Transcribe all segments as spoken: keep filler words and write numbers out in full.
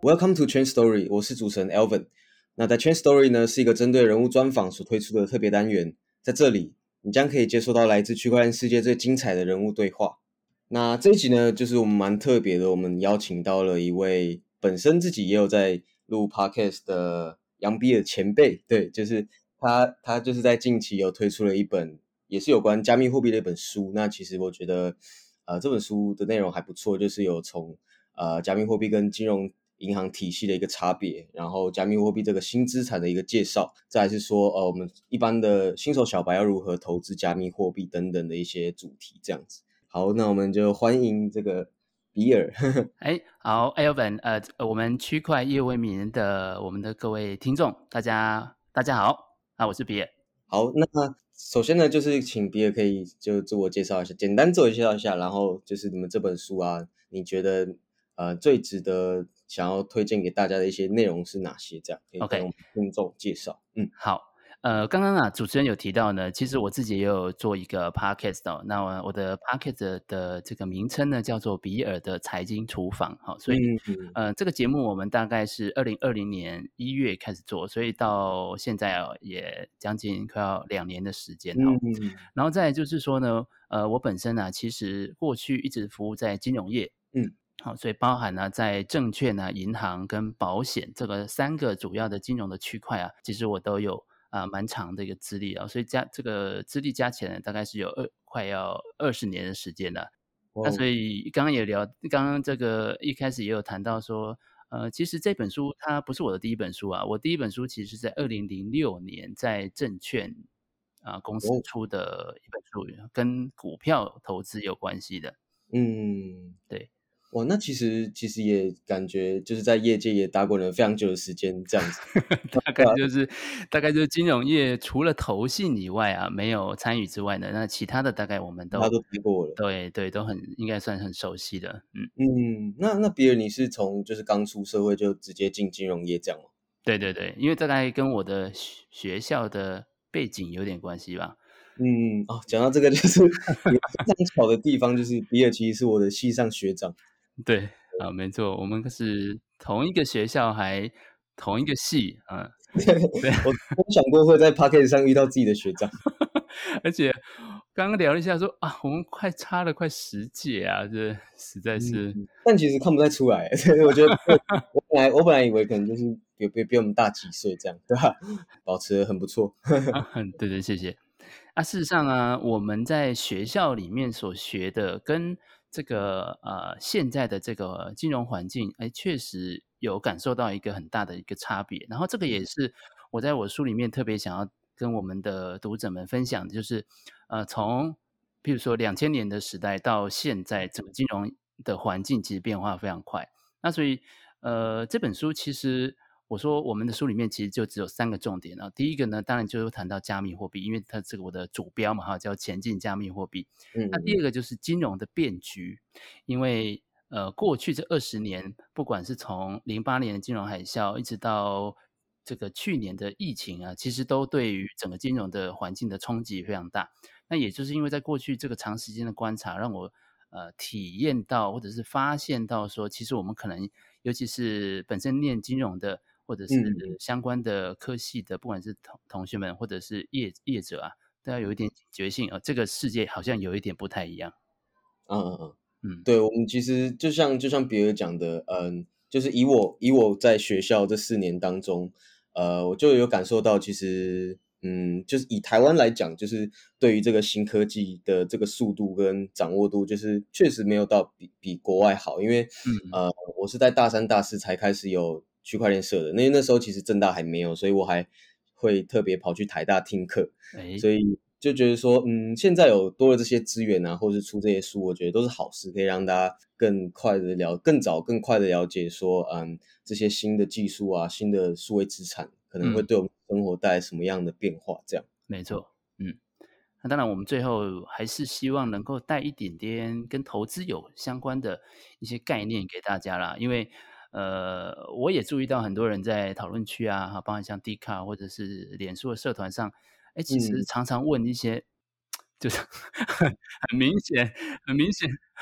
Welcome to Chain Story， 我是主持人 Alvin。那在 Chain Story 呢，是一个针对人物专访所推出的特别单元，在这里你将可以接受到来自区块链世界最精彩的人物对话。那这一集呢，就是我们蛮特别的，我们邀请到了一位本身自己也有在录 Podcast 的杨比尔前辈，对，就是他，他就是在近期有推出了一本也是有关加密货币的一本书。那其实我觉得，呃，这本书的内容还不错，就是有从呃加密货币跟金融银行体系的一个差别，然后加密货币这个新资产的一个介绍，再来是说呃我们一般的新手小白要如何投资加密货币等等的一些主题这样子。好，那我们就欢迎这个比尔。 哎，好 ，Alvin， 呃，我们区块业为民的我们的各位听众，大家大家好，啊，我是比尔。 好，那首先呢，就是请比尔可以就自我介绍一下，简单自我介绍一下，然后就是你们这本书啊，你觉得呃最值得想要推荐给大家的一些内容是哪些？这样可以跟我们听众介绍。嗯， 好，呃，刚刚啊主持人有提到呢，其实我自己也有做一个 podcast 哦，那我我的 podcast 的这个名称呢叫做比尔的财经厨房，好、所以、 嗯、 呃这个节目我们大概是二零二零年一月开始做，所以到现在哦也将近快要两年的时间哈、哦嗯然后再来就是说呢，呃，我本身啊其实过去一直服务在金融业， 嗯好，所以包含呢，在证券啊、银行跟保险这个三个主要的金融的区块啊，其实我都有啊、蛮长的一个资历啊，所以加这个资历加起来大概是有二快要二十年的时间了。那所以刚刚也聊，刚刚这个一开始也有谈到说，呃，其实这本书它不是我的第一本书啊，我第一本书其实是在二零零六年在证券啊、公司出的一本书，跟股票投资有关系的。 嗯， 对。 哇，那其实其实也感觉就是在业界也打滚了非常久的时间，这样子。 大概就是大概就是金融业除了投信以外啊，没有参与之外呢，那其他的大概我们都他都听过了。 对对，都很应该算很熟悉的。嗯， 嗯，那那比尔你是从就是刚出社会就直接进金融业这样吗？ 对对对，因为大概跟我的学学校的背景有点关系吧。 嗯，哦，讲到这个就是也非常巧的地方，就是比尔其实是我的系上学长。 对啊，没错，我们是同一个学校，还同一个系啊。对， 我没想过会在 Podcast 上遇到自己的学长。 而且刚刚聊了一下说啊，我们快差了快十届啊，这实在是。 嗯，但其实看不太出来，我觉得我本来我本来以为可能就是比比比我们大几岁这样，对吧？保持得很不错。 啊，对对，谢谢。啊，事实上啊，我们在学校里面所学的，跟这个呃现在的这个金融环境，哎，确实有感受到一个很大的一个差别。然后这个也是我在我书里面特别想要跟我们的读者们分享的，就是呃从譬如说两千年的时代到现在，整个金融的环境其实变化非常快。那所以呃这本书其实。我说我们的书里面其实就只有三个重点啊。第一个呢，当然就是谈到加密货币，因为它这个我的主标嘛哈，叫前进加密货币。 嗯那第二个就是金融的变局，因为呃过去这二十年，不管是从零八年的金融海啸，一直到这个去年的疫情啊，其实都对于整个金融的环境的冲击非常大。那也就是因为在过去这个长时间的观察，让我呃体验到或者是发现到说，其实我们可能尤其是本身念金融的。或者是嗯相关的科系的，不管是同同学们或者是业业者啊，都要有一点警觉性啊、哦。这个世界好像有一点不太一样。 嗯嗯嗯， 嗯， 对，我们其实就像就像比尔讲的，嗯，就是以我以我在学校这四年当中，呃，我就有感受到，其实，嗯，就是以台湾来讲，就是对于这个新科技的这个速度跟掌握度，就是确实没有到比比国外好，因为， 嗯呃，我是在大三大四才开始有区块链社的，那那时候其实政大还没有，所以我还会特别跑去台大听课， 哎， 所以就觉得说，嗯，现在有多了这些资源啊，或是出这些书，我觉得都是好事，可以让大家更快的了，更早、更快的了解说，嗯，这些新的技术啊，新的数位资产可能会嗯， 对我们生活带来什么样的变化，这样。 没错，嗯。那当然，我们最后还是希望能够带一点点跟投资有相关的一些概念给大家啦，因为呃，我也注意到很多人在讨论区啊，哈，包含像 D 卡或者是脸书的社团上，哎，其实嗯常常问一些，就是很很明显、很明显、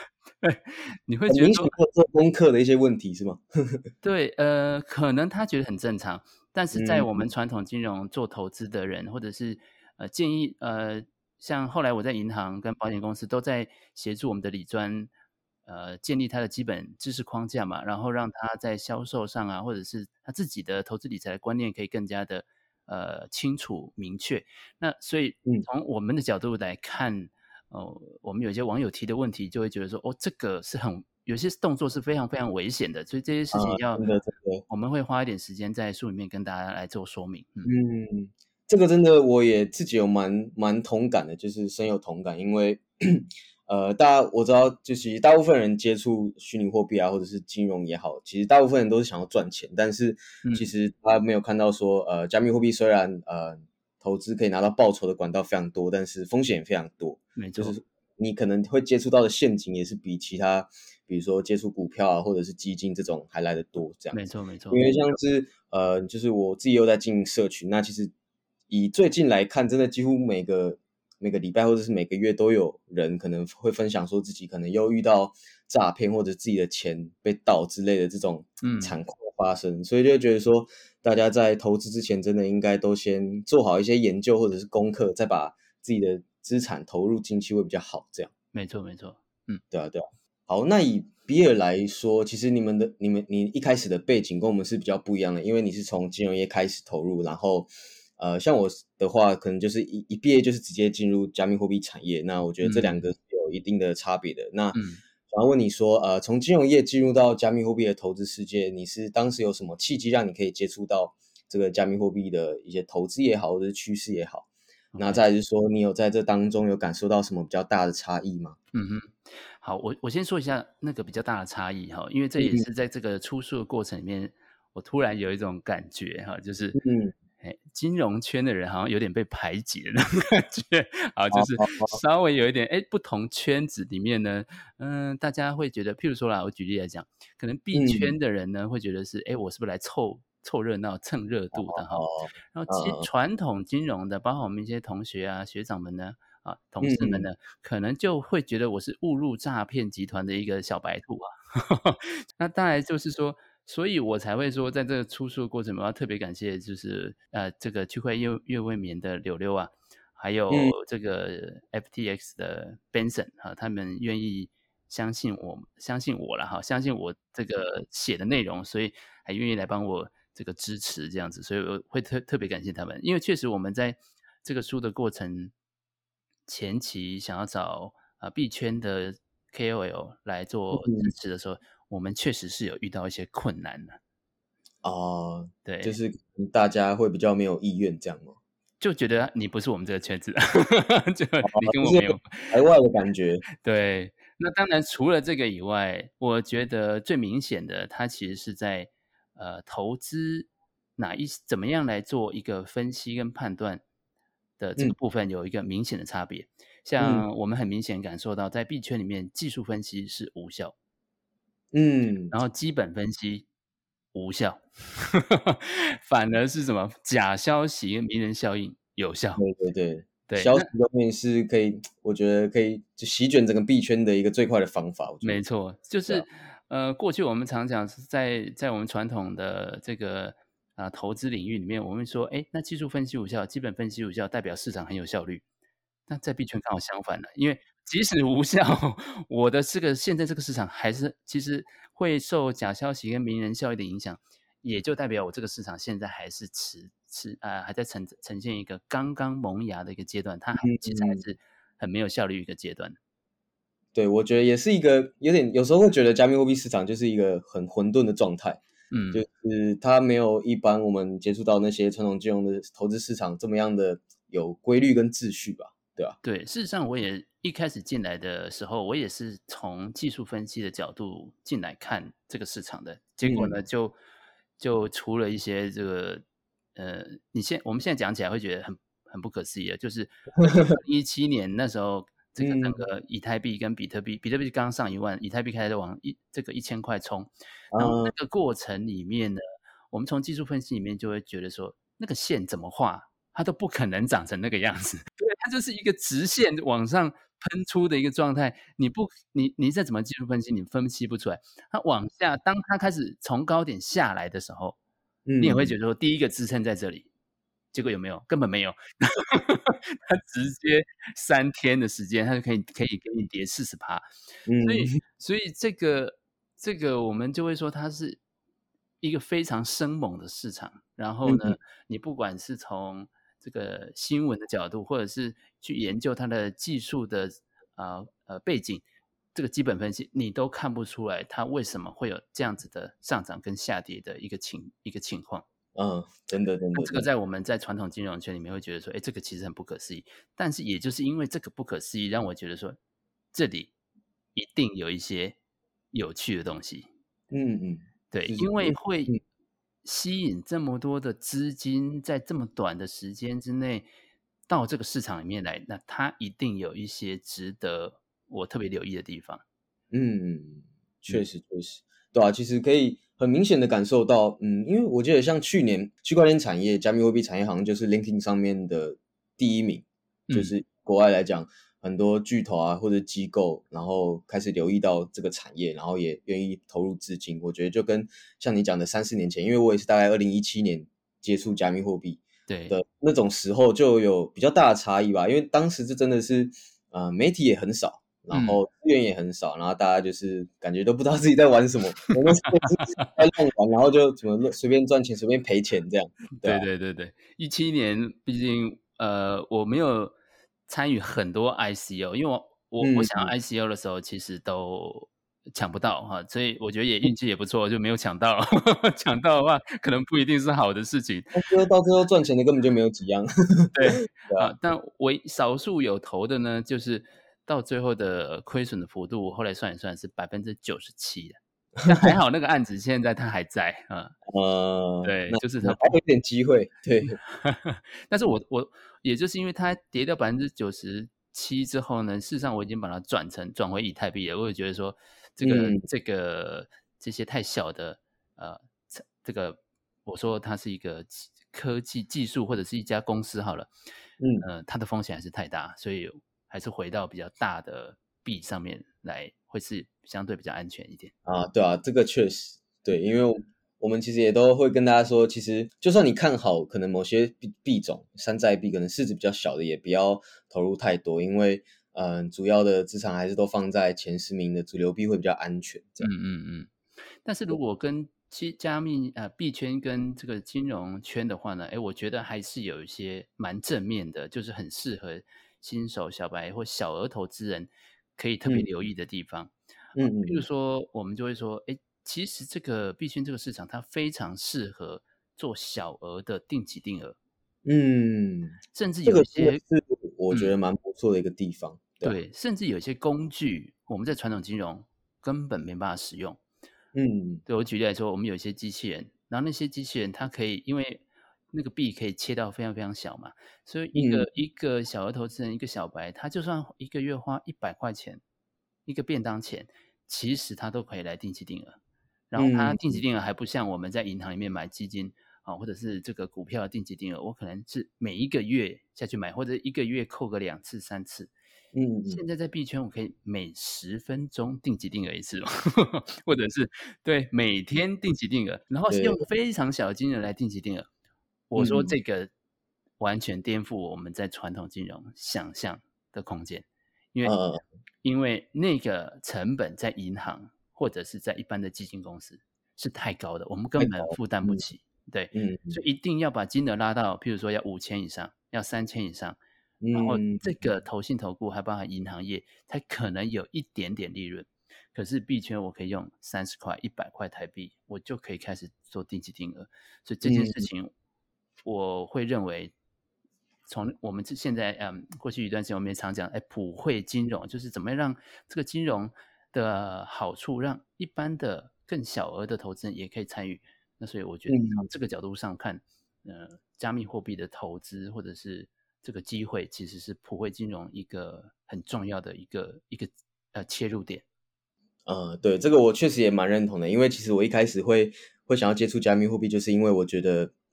你会很明显觉得说， 有做功课的一些问题是吗？ 对，呃，可能他觉得很正常，但是在我们嗯传统金融做投资的人，或者是呃建议，呃，像后来我在银行跟保险公司都在协助我们的理专，呃，建立他的基本知识框架嘛，然后让他在销售上啊，或者是他自己的投资理财的观念可以更加的呃清楚明确。那所以嗯从我们的角度来看，哦，我们有些网友提的问题，就会觉得说，哦，这个是很有些动作是非常非常危险的，所以这些事啊， 情要真的真的。 我们会花一点时间在书里面跟大家来做说明。嗯嗯，这个真的我也自己有蛮蛮同感的，就是深有同感。因为呃，大家我知道，就是大部分人接触虚拟货币啊，或者是金融也好，其实大部分人都是想要赚钱，但是其嗯， 实他没有看到说，呃，加密货币虽然呃投资可以拿到报酬的管道非常多，但是风险也非常多。 没错， 就是你可能会接触到的陷阱也是比其他，比如说接触股票啊，或者是基金这种还来得多这样没子。 错没错， 因为像是呃，就是我自己又在经营社群，那其实以最近来看，真的几乎每个每个礼拜或者是每个月都有人可能会分享说自己可能又遇到诈骗或者自己的钱被盗之类的这种嗯。 惨况发生，所以就觉得说，大家在投资之前真的应该都先做好一些研究或者是功课，再把自己的资产投入进去会比较好，这样。 没错没错，嗯对啊，对啊。好，那以比尔来说，其实你们的、你们、你一开始的背景跟我们是比较不一样的，因为你是从金融业开始投入，然后，呃，像我的话，可能就是一一毕业就是直接进入加密货币产业，那我觉得这两个嗯是有一定的差别的。那嗯。 想要问你说，呃，从金融业进入到加密货币的投资世界，你是当时有什么契机让你可以接触到这个加密货币的一些投资也好，或者是趋势也好？那 OK， 再来是说，你有在这当中有感受到什么比较大的差异吗？ 嗯哼，好，我我先说一下那个比较大的差异哈，因为这也嗯是在这个出书的过程里面，我突然有一种感觉哈，就是， 嗯。 哎，金融圈的人好像有点被排挤的那种感觉啊，就是哦， 稍微有一点，哎，不同圈子里面呢，嗯，大家会觉得，譬如说啦，我举例来讲，可能币嗯， 圈的人呢会觉得是，哎，我是不是来凑凑热闹、蹭热度的哈？ 哦， 然后其实嗯传统金融的，包括我们一些同学啊、学长们呢，啊，同事们嗯， 呢，可能就会觉得我是误入诈骗集团的一个小白兔啊。那当然就是说，所以我才会说，在这个出书的过程，我要特别感谢，就是呃，这个区块链越越未眠的柳柳啊，还有嗯， 这个 F T X 的 Benson 啊，他们愿意相信我，相信我了哈，相信我这个写的内容，所以还愿意来帮我这个支持这样子，所以我会特特别感谢他们，因为确实我们在这个书的过程前期想要找啊币圈的 K O L 来做支嗯， 持的时候，我们确实是有遇到一些困难的， 哦，就对， 是大家会比较没有意愿这样吗？ 就觉得你不是我们这个圈子的，就哦， 你跟就是有我没有排外的感觉。 对，那当然除了这个以外，我觉得最明显的，它其实是在呃投资哪一怎么样来做一个分析跟判断的这个嗯部分有一个明显的差别。 嗯像我们很明显感受到，在币圈里面，技术分析是无效， 嗯， 然后基本分析无效，反而是什么假消息跟名人效应有效。 对对对， 对，那消息后面是可以我觉得可以就席卷整个币圈的一个最快的方法，我觉得。 没错，就对啊， 是呃，过去我们常讲是在在我们传统的这个啊、投资领域里面，我们说，哎，那技术分析无效，基本分析无效，代表市场很有效率。那在币圈刚好相反了，因为即使无效，我的这个现在这个市场还是其实会受假消息跟名人效应的影响，也就代表我这个市场现在还是持持啊、还在呈呈现一个刚刚萌芽的一个阶段，它还其实还嗯。 是很没有效率一个阶段。 对，我觉得也是一个有点有时候会觉得加密货币市场就是一个很混沌的状态，就嗯。 是它没有一般我们接触到那些传统金融的投资市场这么样的有规律跟秩序吧，对吧？ 对，事实上我也一开始进来的时候，我也是从技术分析的角度进来看这个市场的。结果嗯呢，就就出了一些这个呃，你现我们现在讲起来会觉得很很不可思议啊，就是二零一七年那时候，这个整嗯， 个以太币跟比特币，比特币刚上一万，以太币开始往一这个一千块冲，然后那啊， 个过程里面呢，我们从技术分析里面就会觉得说，那个线怎么画？ 它都不可能长成那个样子。对，它就是一个直线往上喷出的一个状态，你不你你再怎么技术分析，你分析不出来。它往下，当它开始从高点下来的时候，你也会觉嗯得说第一个支撑在这里，结果有没有？根本没有。它直接三天的时间，它就可以可以给你跌 百分之四十。所以嗯所以这个这个我们就会说它是一个非常生猛的市场。然后呢， 嗯你不管是从这个新闻的角度，或者是去研究它的技术的呃呃背景，这个基本分析，你都看不出来它为什么会有这样子的上涨跟下跌的一个情一个情况。 嗯，真的真那的真的， 这个在我们在传统金融圈里面会觉得说，哎，这个其实很不可思议。但是也就是因为这个不可思议，让我觉得说，这里一定有一些有趣的东西。 嗯嗯， 对， 就是因为会嗯吸引这么多的资金，在这么短的时间之内到这个市场里面来，那它一定有一些值得我特别留意的地方。 嗯，确嗯实确实，对啊，其实可以很明显的感受到，嗯，因为我记得像去年区块链产业、加密货币产业好像就是 LinkedIn 上面的第一名，就嗯， 是国外来讲，很多巨头啊或者机构，然后开始留意到这个产业，然后也愿意投入资金。我觉得就跟像你讲的三四年前，因为我也是大概二零一七年接触加密货币对， 的那种时候，就有比较大的差异吧。因为当时这真的是，呃，媒体也很少。然嗯， 后资源也很少，然后大家就是感觉都不知道自己在玩什么，我那时候就是在乱玩，然后就怎么随便赚钱随便赔钱这样，对啊， 对对对对，一七年毕竟呃我没有参与很多 I C O，因为我我我想要嗯嗯 I C O 的时候其实都抢不到哈，所以我觉得也运气也不错，就没有抢到。抢到的话，可能不一定是好的事情。 但最后到最后赚钱的根本就没有几样， 对， 对啊， 啊，但唯少数有投的呢，就是到最后的亏损的幅度，我后来算一算是百分之九十七的。但还好那个案子现在它还在，啊， 呃， 对， 那就是它不那还有一点机会，对， 但是我我也就是因为它跌掉百分之九十七之后呢，事实上我已经把它转成转回以太币了。我也觉得说，这个嗯这个这些太小的呃，这个我说它是一个技科技技术或者是一家公司好了， 嗯。 呃，它的风险还是太大，所以还是回到比较大的币上面来，会是相对比较安全一点。 啊，对啊，这个确实对，因为我们其实也都会跟大家说，其实就算你看好可能某些币币种，山寨币可能市值比较小的，也不要投入太多，因为嗯、呃主要的资产还是都放在前十名的主流币会比较安全，这嗯样。 嗯嗯。但是如果跟其加密呃币圈跟这个金融圈的话呢，诶，我觉得还是有一些蛮正面的，就是很适合新手小白或小额投资人可以特别嗯留意的地方。 嗯譬如嗯说，我们就会说，诶，其实这个币圈这个市场，它非常适合做小额的定期定额， 嗯， 甚至这个有一些真的是我觉嗯， 得蛮不错的一个地方，对啊， 对，甚至有一些工具，我们在传统金融根本没办法使用。 嗯对，我举例来说，我们有一些机器人，然后那些机器人它可以因为那个币可以切到非常非常小嘛，所以一嗯个一个小额投资人，一个小白，他就算一个月花一百块钱，一个便当钱，其实他都可以来定期定额。然后他嗯定期定额还不像我们在银行里面买基金啊，或者是这个股票的定期定额，我可能是每一个月下去买，或者一个月扣个两次三次。 嗯嗯现在在币圈，我可以每十分钟定期定额一次哦，或者是对每天定期定额，然后是用对， 非常小的金额来定期定额。我说嗯嗯这个完全颠覆我们在传统金融想象的空间，因为呃因为那个成本在银行或者是在一般的基金公司是太高的，我们太高了， 根本负担不嗯起。对， 嗯嗯所以一定要把金额拉到，譬如说要五千以上，要三千以上，然后嗯这个投信投顾还包含银行业，才可能有一点点利润。可是币圈我可以用三十块、一百块台币，我就可以开始做定期定额。所以这件事嗯情，我会认为，从我们这现在嗯，过去一段时间我们也常讲，哎，普惠金融就是怎么样让这个金融的好处，让一般的更小额的投资人也可以参与。那所以我觉得从嗯。 这个角度上看，呃，加密货币的投资或者是这个机会，其实是普惠金融一个很重要的一个一个呃切入点。 呃，对，这个我确实也蛮认同的，因为其实我一开始会会想要接触加密货币，就是因为我觉得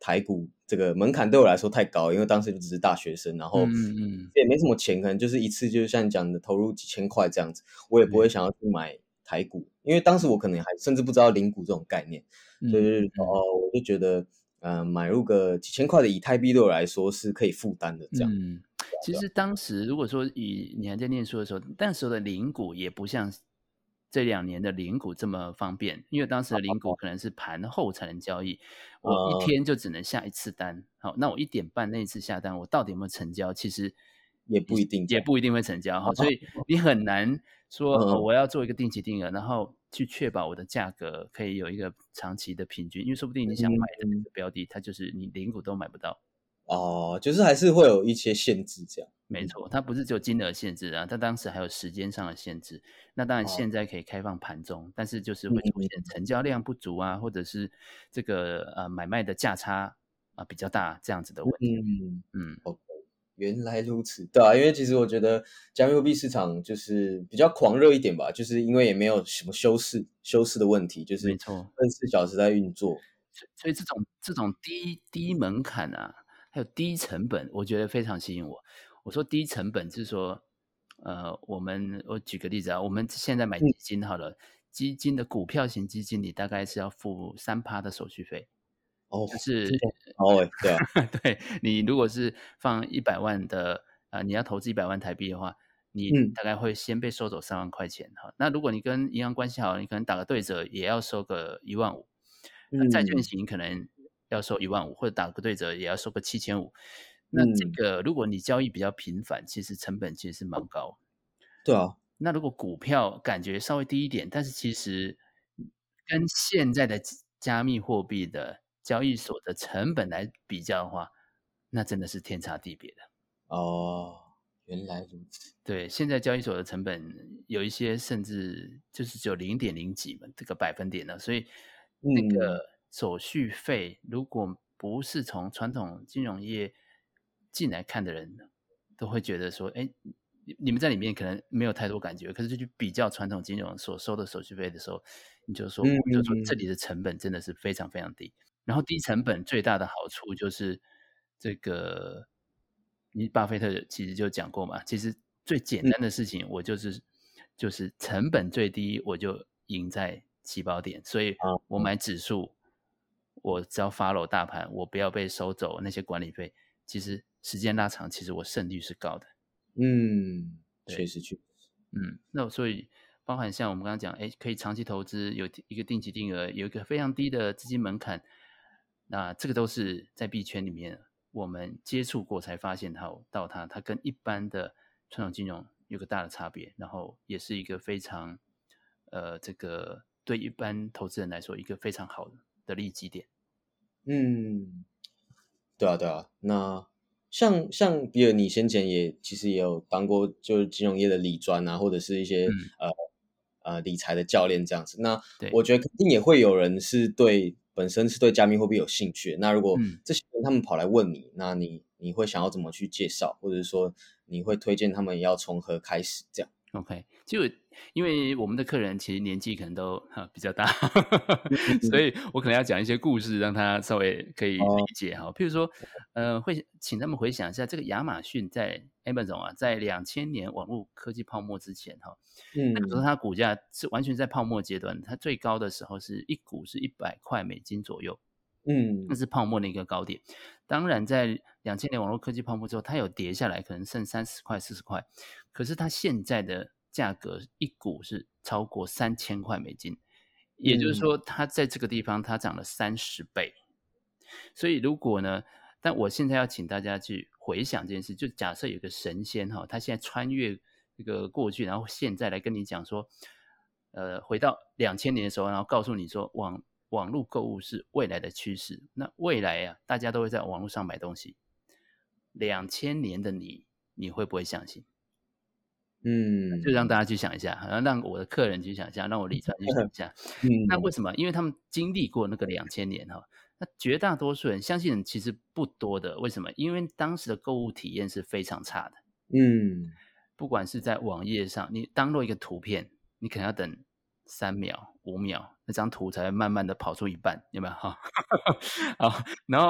台股这个门槛对我来说太高，因为当时就只是大学生，然后嗯嗯嗯， 也没什么钱，可能就是一次就像你讲的投入几千块这样子，我也不会对， 想要去买台股，因为当时我可能还甚至不知道零股这种概念，所以嗯就是说哦， 嗯我就觉得，呃，买入个几千块的以太币对我来说是可以负担的，这样。 嗯，其实当时如果说以你还在念书的时候，那时候的零股也不像这两年的零股这么方便，因为当时的零股可能是盘后才能交易，我一呃， 天就只能下一次单。好，那我一点半那一次下单，我到底有没有成交？其实也不一定这样。 也不一定会成交哈，所以你很难说哦， 嗯我要做一个定期定额，然后去确保我的价格可以有一个长期的平均，因为说不定你想买的那嗯， 个标的，它就是你零股都买不到。 哦，就是还是会有一些限制这样。嗯， 没错，它不是只有金额限制啊，它当时还有时间上的限制。那当然哦， 现在可以开放盘中，但是就是会出现嗯成交量不足啊，或者是这个呃买卖的价差啊比较大这样子的问题。 嗯嗯， ，OK，原来如此，对啊，因为其实我觉得加密货币市场就是比较狂热一点吧，就是因为也没有什么休市休市的问题，就是没错。 二十四小时在运作。 所所以这种这种低低门槛啊，还有低成本，我觉得非常吸引我。我说低成本是说，呃，我们我举个例子啊，我们现在买嗯， 基金好了，基金的股票型基金，你大概是要付三趴的手续费， 哦， 就是听起来很高欸，对啊， 对你如果是放一百万的啊、呃你要投资一百万台币的话，你嗯大概会先被收走三万块钱哈。那如果你跟银行关系好，你可能打个对折也要收个一万五。那债券嗯型可能要收一万五，或者打个对折也要收个七千五。那这嗯， 个如果你交易比较频繁，其实成本其实是蛮高。 对啊， 那如果股票感觉稍微低一点，但是其实跟现在的加加密货币的交易所的成本来比较的话，那真的是天差地别的。 哦，原来如此， 对，现在交易所的成本有一些甚至就是只有零点零几嘛，这个百分点呢，所以那嗯个手续费如果不是从传统金融业进来看的人，都会觉得说，哎，你你们在里面可能没有太多感觉，可是就去比较传统金融所收的手续费的时候，你就说，我就说这嗯里的成本真的是非常非常低。然后低成本最大的好处就是这个，你巴菲特其实就讲过嘛，其实最简嗯， 单的事情，我就是就是成本最低，我就赢在起跑点，所以啊， 我买指数，我只要 follow 大盘，我不要被收走那些管理费，其实时间拉长，其实我胜率是高的。 嗯，确对， 实确实， 嗯，那所以包含像我们刚刚讲，哎，可以长期投资，有一个定期定额，有一个非常低的资金门槛，那这个都是在币圈里面我们接触过才发现它到它，它跟一般的传统金融有个大的差别，然后也是一个非常呃这个对一般投资人来说一个非常好的的利基点。 嗯。对啊，对啊。那像像比尔，你先前也其实也有当过就是金融业的理专啊，或者是一些嗯， 呃呃理财的教练这样子。那对， 我觉得肯定也会有人是对本身是对加密货币有兴趣的。那如果嗯。 这些人他们跑来问你，那你你会想要怎么去介绍，或者说你会推荐他们要从何开始这样？ OK，就因为我们的客人其实年纪可能都哈比较大，所嗯， 以我可能要讲一些故事，让他稍微可以理哦， 解哈。譬如说，呃，会请他们回想一下，这个亚马逊在 Amazon 啊，在两千年网络科技泡沫之前哈，那个时候嗯它股价是完全在泡沫阶段，它最高的时候是一股是一百块美金左右，那嗯是泡沫的一个高点。当然，在两千年网络科技泡沫之后，它有跌下来，可能剩三十块、四十块。可是它现在的价格一股是超过三千块美金，也就是嗯说，它在这个地方它涨了三十倍。所以如果呢，但我现在要请大家去回想这件事，就假设有个神仙哈，他现在穿越这个过去，然后现在来跟你讲说，呃，回到两千年的时候，然后告诉你说网网络购物是未来的趋势。那未来啊，大家都会在网络上买东西。两千年的你，你会不会相信？就让大嗯家去想一下，然后让我的客人去想一下，让我理财去想一下。那为嗯什么？因为他们经历过那个两千年哈，那绝大多数人相信人其实不多的。为什么？因为当时的购物体验是非常差的。 嗯不管是在网页上，你当落一个图片，你可能要等三秒、五秒，那张图才会慢慢的跑出一半，有没有哈？好，然后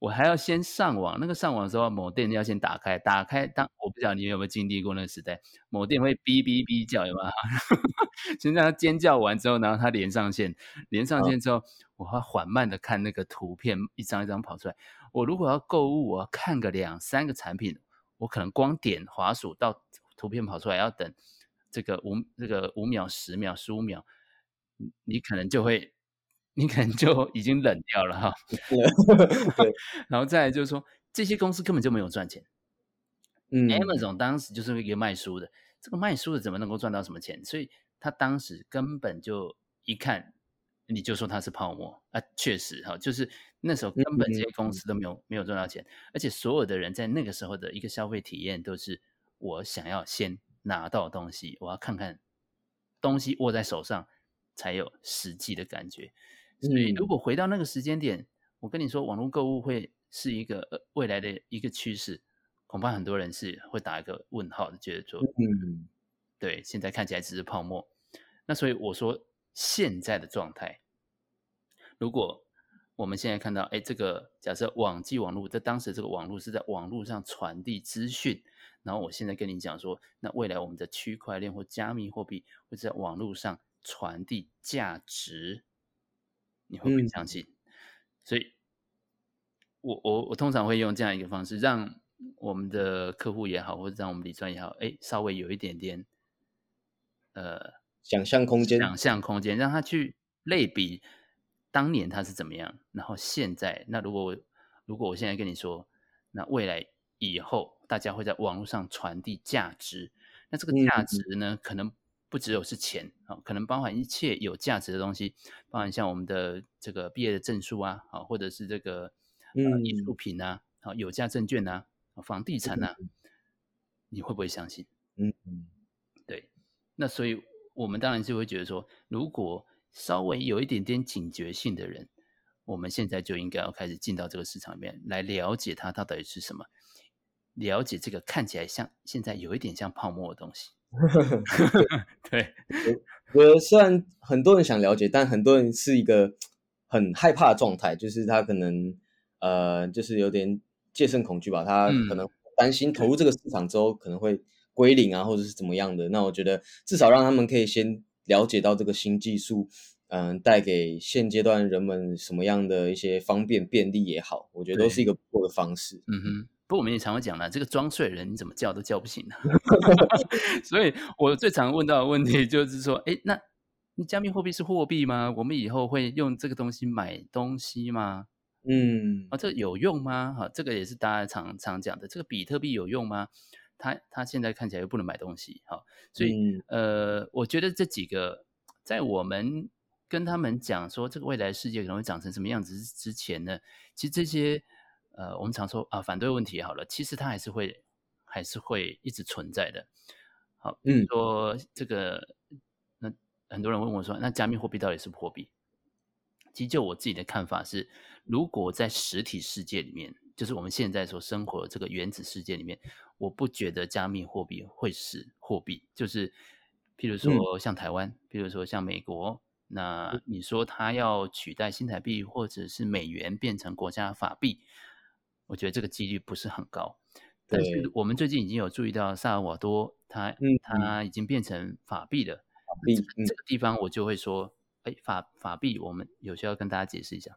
我还要先上网，那个上网的时候，某店要先打开，打开当我不知道你有没有经历过那个时代，某店会哔哔哔叫，有没有？先让它尖叫完之后，然后它连上线，连上线之后，我要缓慢的看那个图片，一张一张跑出来。我如果要购物，我要看个两三个产品，我可能光点滑鼠到图片跑出来，要等这个五这个五秒、十秒、十五秒，你可能就会。你可能就已经冷掉了哈， 对， 然后再来就是说，这些公司根本就没有赚钱。 嗯 Amazon 当时就是一个卖书的，这个卖书的怎么能够赚到什么钱？所以他当时根本就一看，你就说它是泡沫啊，确实哈，就是那时候根本这些公司都没有没有赚到钱，而且所有的人在那个时候的一个消费体验都是我想要先拿到东西，我要看看东西握在手上才有实际的感觉。所以如果回到那个时间点，我跟你说，网络购物会是一个呃未来的一个趋势，恐怕很多人是会打一个问号的，觉得说， 嗯对，现在看起来只是泡沫。那所以我说，现在的状态，如果我们现在看到，哎，这个假设网际网络，在当时这个网络是在网络上传递资讯，然后我现在跟你讲说，那未来我们的区块链或加密货币会在网络上传递价值，你会不会相信？所以我我我通常会用这样一个方式，让我们的客户也好，或者让我们理专也好，哎，稍微有一点点呃想象空间， 想象空间，让他去类比当年他是怎么样，然后现在，那如果如果我现在跟你说，那未来以后大家会在网络上传递价值，那这个价嗯值呢，可能不只有是钱啊、可能包含一切有价值的东西，包含像我们的这个毕业的证书啊，啊，或者是这个呃艺术嗯品啊，啊，有价证券啊，啊房地产啊，你会不会相信？ 嗯嗯， 对，那所以我们当然就会觉得说，如果稍微有一点点警觉性的人，我们现在就应该要开始进到这个市场里面来了解它到底是什么，了解这个看起来像现在有一点像泡沫的东西。对， 我觉得虽然很多人想了解，但很多人是一个很害怕的状态，就是他可能呃，就是有点戒慎恐惧吧，他可能嗯， 担心投入这个市场之后可能会归零啊，或者是怎么样的。那我觉得至少让他们可以先了解到这个新技术，嗯、带给现阶段人们什么样的一些方便便利也好，我觉得都是对， 一个不错的方式。 嗯哼。不过我们也常会讲了，这个装睡人你怎么叫都叫不醒啊。所以我最常问到的问题就是说，诶，那加密货币是货币吗？我们以后会用这个东西买东西吗？ 嗯啊，这个有用吗？哈，这个也是大家常常讲的。这个比特币有用吗？它它现在看起来又不能买东西，哈，所以嗯呃，我觉得这几个在我们跟他们讲说这个未来世界可能会长成什么样子之前呢，其实这些呃，我们常说啊反对问题好了，其实它还是会还是会一直存在的。好，比如嗯说这个，那很多人问我说，那加密货币到底是不是货币？其实就我自己的看法是，如果在实体世界里面，就是我们现在所生活的这个原子世界里面，我不觉得加密货币会是货币。就是譬如嗯说像台湾，譬如说像美国，那你说它要取代新台币或者是美元变成国家法币，我觉得这个几率不是很高。但是对， 我们最近已经有注意到萨尔瓦多，它嗯嗯， 它已经变成法币了。那这个币嗯。 这个地方我就会说，哎，法法币我们有需要跟大家解释一下。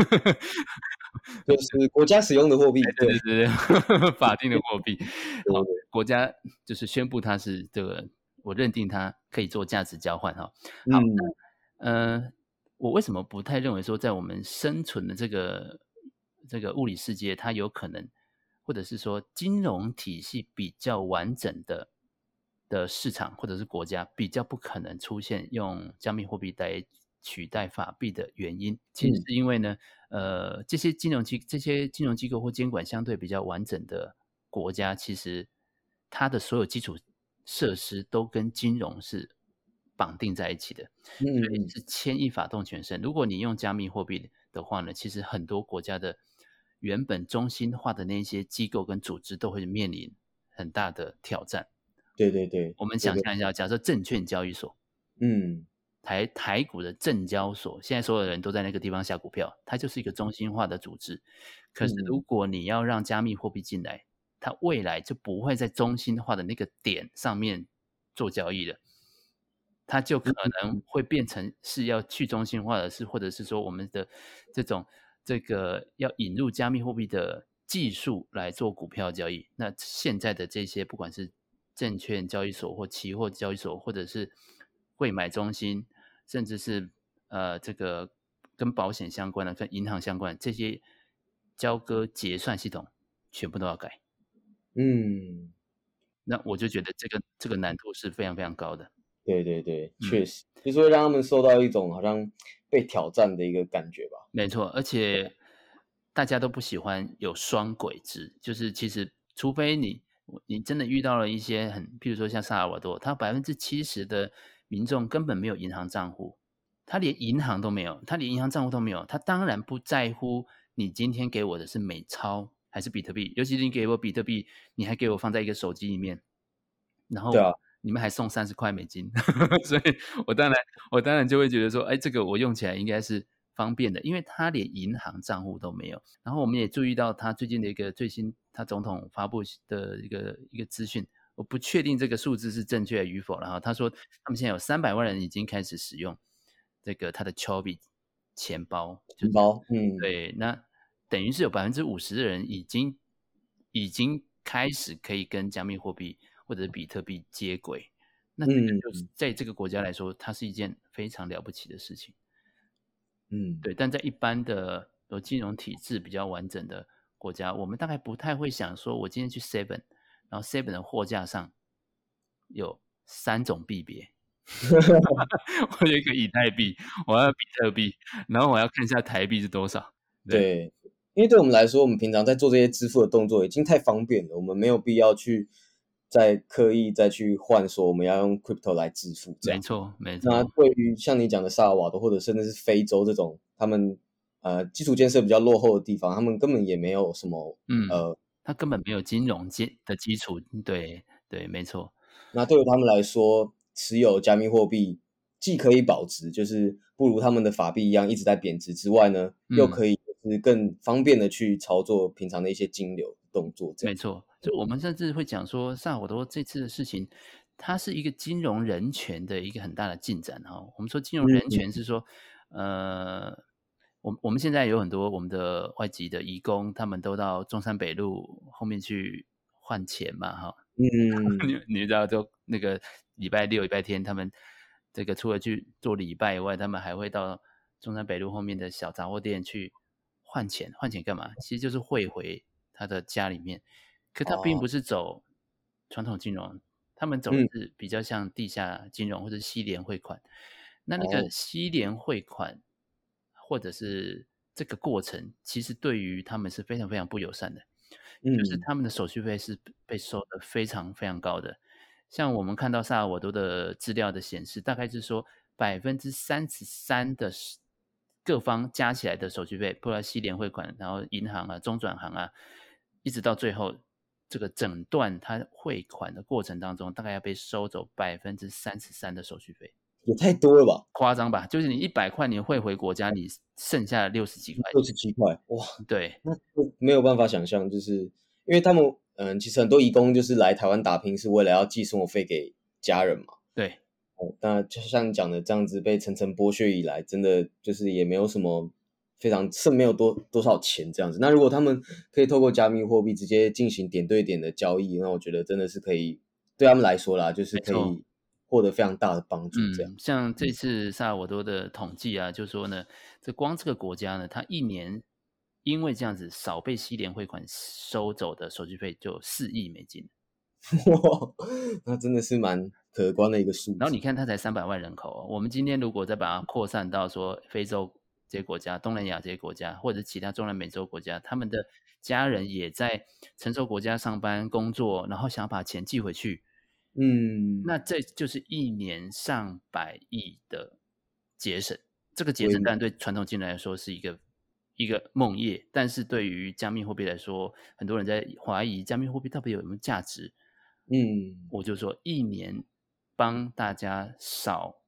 就是国家使用的货币，对， 对对对对，法定的货币。好， 对对国家就是宣布它是这个，我认定它可以做价值交换哈。好， 嗯那呃，我为什么不太认为说在我们生存的这个这个物理世界，它有可能，或者是说金融体系比较完整的的市场或者是国家，比较不可能出现用加密货币来取代法币的原因，其实嗯是因为呢，呃，这些金融机这些金融机构或监管相对比较完整的国家，其实它的所有基础设施都跟金融是绑定在一起的，所以嗯嗯， 是牵一发动全身。如果你用加密货币的话呢，其实很多国家的原本中心化的那些机构跟组织都会面临很大的挑战。 对对对， 我们这个想象一下，假设证券交易所， 嗯台台股的证交所，现在所有人都在那个地方下股票，它就是一个中心化的组织。可是如嗯果你要让加密货币进来，它未来就不会在中心化的那个点上面做交易了，它就可能会变成是要去中心化的是，或者是说我们的这种这个要引入加密货币的技术来做股票交易。那现在的这些不管是证券交易所或期货交易所，或者是汇买中心，甚至是呃这个跟保险相关的、跟银行相关的这些交割结算系统，全部都要改。 嗯， 那我就觉得这个这个难度是非常非常高的。 对对对， 嗯， 确实，就是会让他们受到一种好像被挑战的一个感觉吧。 没错，而且大家都不喜欢有双轨制，就是其实除非你你真的遇到了一些很，譬如说像萨尔瓦多，他百分之七十的民众根本没有银行账户，他连银行都没有，他连银行账户都没有，他当然不在乎你今天给我的是美钞还是比特币，尤其是你给我比特币，你还给我放在一个手机里面，然后对啊， 你们还送三十块美金，所以我当然我当然就会觉得说，哎，这个我用起来应该是方便的，因为他连银行账户都没有。然后我们也注意到他最近的一个最新，他总统发布的一个一个资讯，我不确定这个数字是正确与否。然后他说，他们现在有三百万人已经开始使用这个他的 Chobi 钱包，就是钱包，嗯对，那等于是有百分之五十的人已经已经开始可以跟加密货币或者是比特币接轨。那这个就是嗯在这个国家来说，它是一件非常了不起的事情。 嗯， 对，但在一般的有金融体制比较完整的国家，我们大概不太会想说，我今天去 Seven，然后 Seven 的货架上有三种币别，我有一个以太币，我要比特币，然后我要看一下台币是多少。对， 对，因为对我们来说，我们平常在做这些支付的动作已经太方便了，我们没有必要去再刻意再去换说我们要用 crypto 来支付这样。 没错，没那错， 对于像你讲的萨尔瓦多或者甚至是非洲这种，他们呃基础建设比较落后的地方，他们根本也没有什么嗯， 呃， 它根本没有金融基的基础。对，对，没错， 那对于他们来说，持有加密货币既可以保值，就是不如他们的法币一样一直在贬值之外呢，又嗯。 可以就是更方便的去操作平常的一些金流动作这样。 没错，就我们甚至会讲说，萨尔瓦多这次的事情，它是一个金融人权的一个很大的进展哈。我们说金融人嗯权是说，呃，我我们现在有很多我们的外籍的移工，他们都到中山北路后面去换钱嘛哈。 嗯， 你你知道，就那个礼拜六、礼拜天，他们这个除了去做礼拜以外，他们还会到中山北路后面的小杂货店去换钱。换钱干嘛？其实就是汇回他的家里面。可他并哦， 不是走传统金融，他们走的嗯， 是比较像地下金融或者西联汇款。那那个哦， 西联汇款或者是这个过程，其实对于他们是非常非常不友善的。就是嗯， 他们的手续费是被收的非常非常高的。像我们看到萨尔瓦多的资料的显示，大概是说百分之三十三的各方加起来的手续费，包括西联汇款，然后银行啊、中转行啊，一直到最后这个整段它汇款的过程当中，大概要被收走百分之三十三的手续费。 也太多了吧夸张吧？就是你一百块你汇回国家，你剩下六十几块六十七块，哇， 钱。对那就没有办法想象，就是因为他们嗯，其实很多移工就是来台湾打拼，是为了要寄生活费给家人嘛。 对， 哦，那就像你讲的这样子被层层剥削以来，真的就是也没有什么非常剩没有多多少钱这样子。那如果他们可以透过加密货币直接进行点对点的交易，那我觉得真的是可以对他们来说啦，就是没错。 可以获得非常大的帮助这样。 嗯，像这次萨尔瓦多的统计啊，就说呢，这光这个国家呢，它一年因为这样子少被西联汇款收走的手续费就四亿美金。 哇，那真的是蛮可观的一个数然后你字。 看它才三百万人口哦，我们今天如果再把它扩散到说非洲这些国家、东南亚这些国家，或者其他中南美洲国家，他们的家人也在成熟国家上班工作，然后想要把钱寄回去， 嗯， 那这就是一年上百亿的节省。这个节规模， 省当然对传统金融来说是一个一个梦魇，但是对于加密货币来说，很多人在怀疑加密货币到底有没有价值。 嗯， 我就说一年帮大家少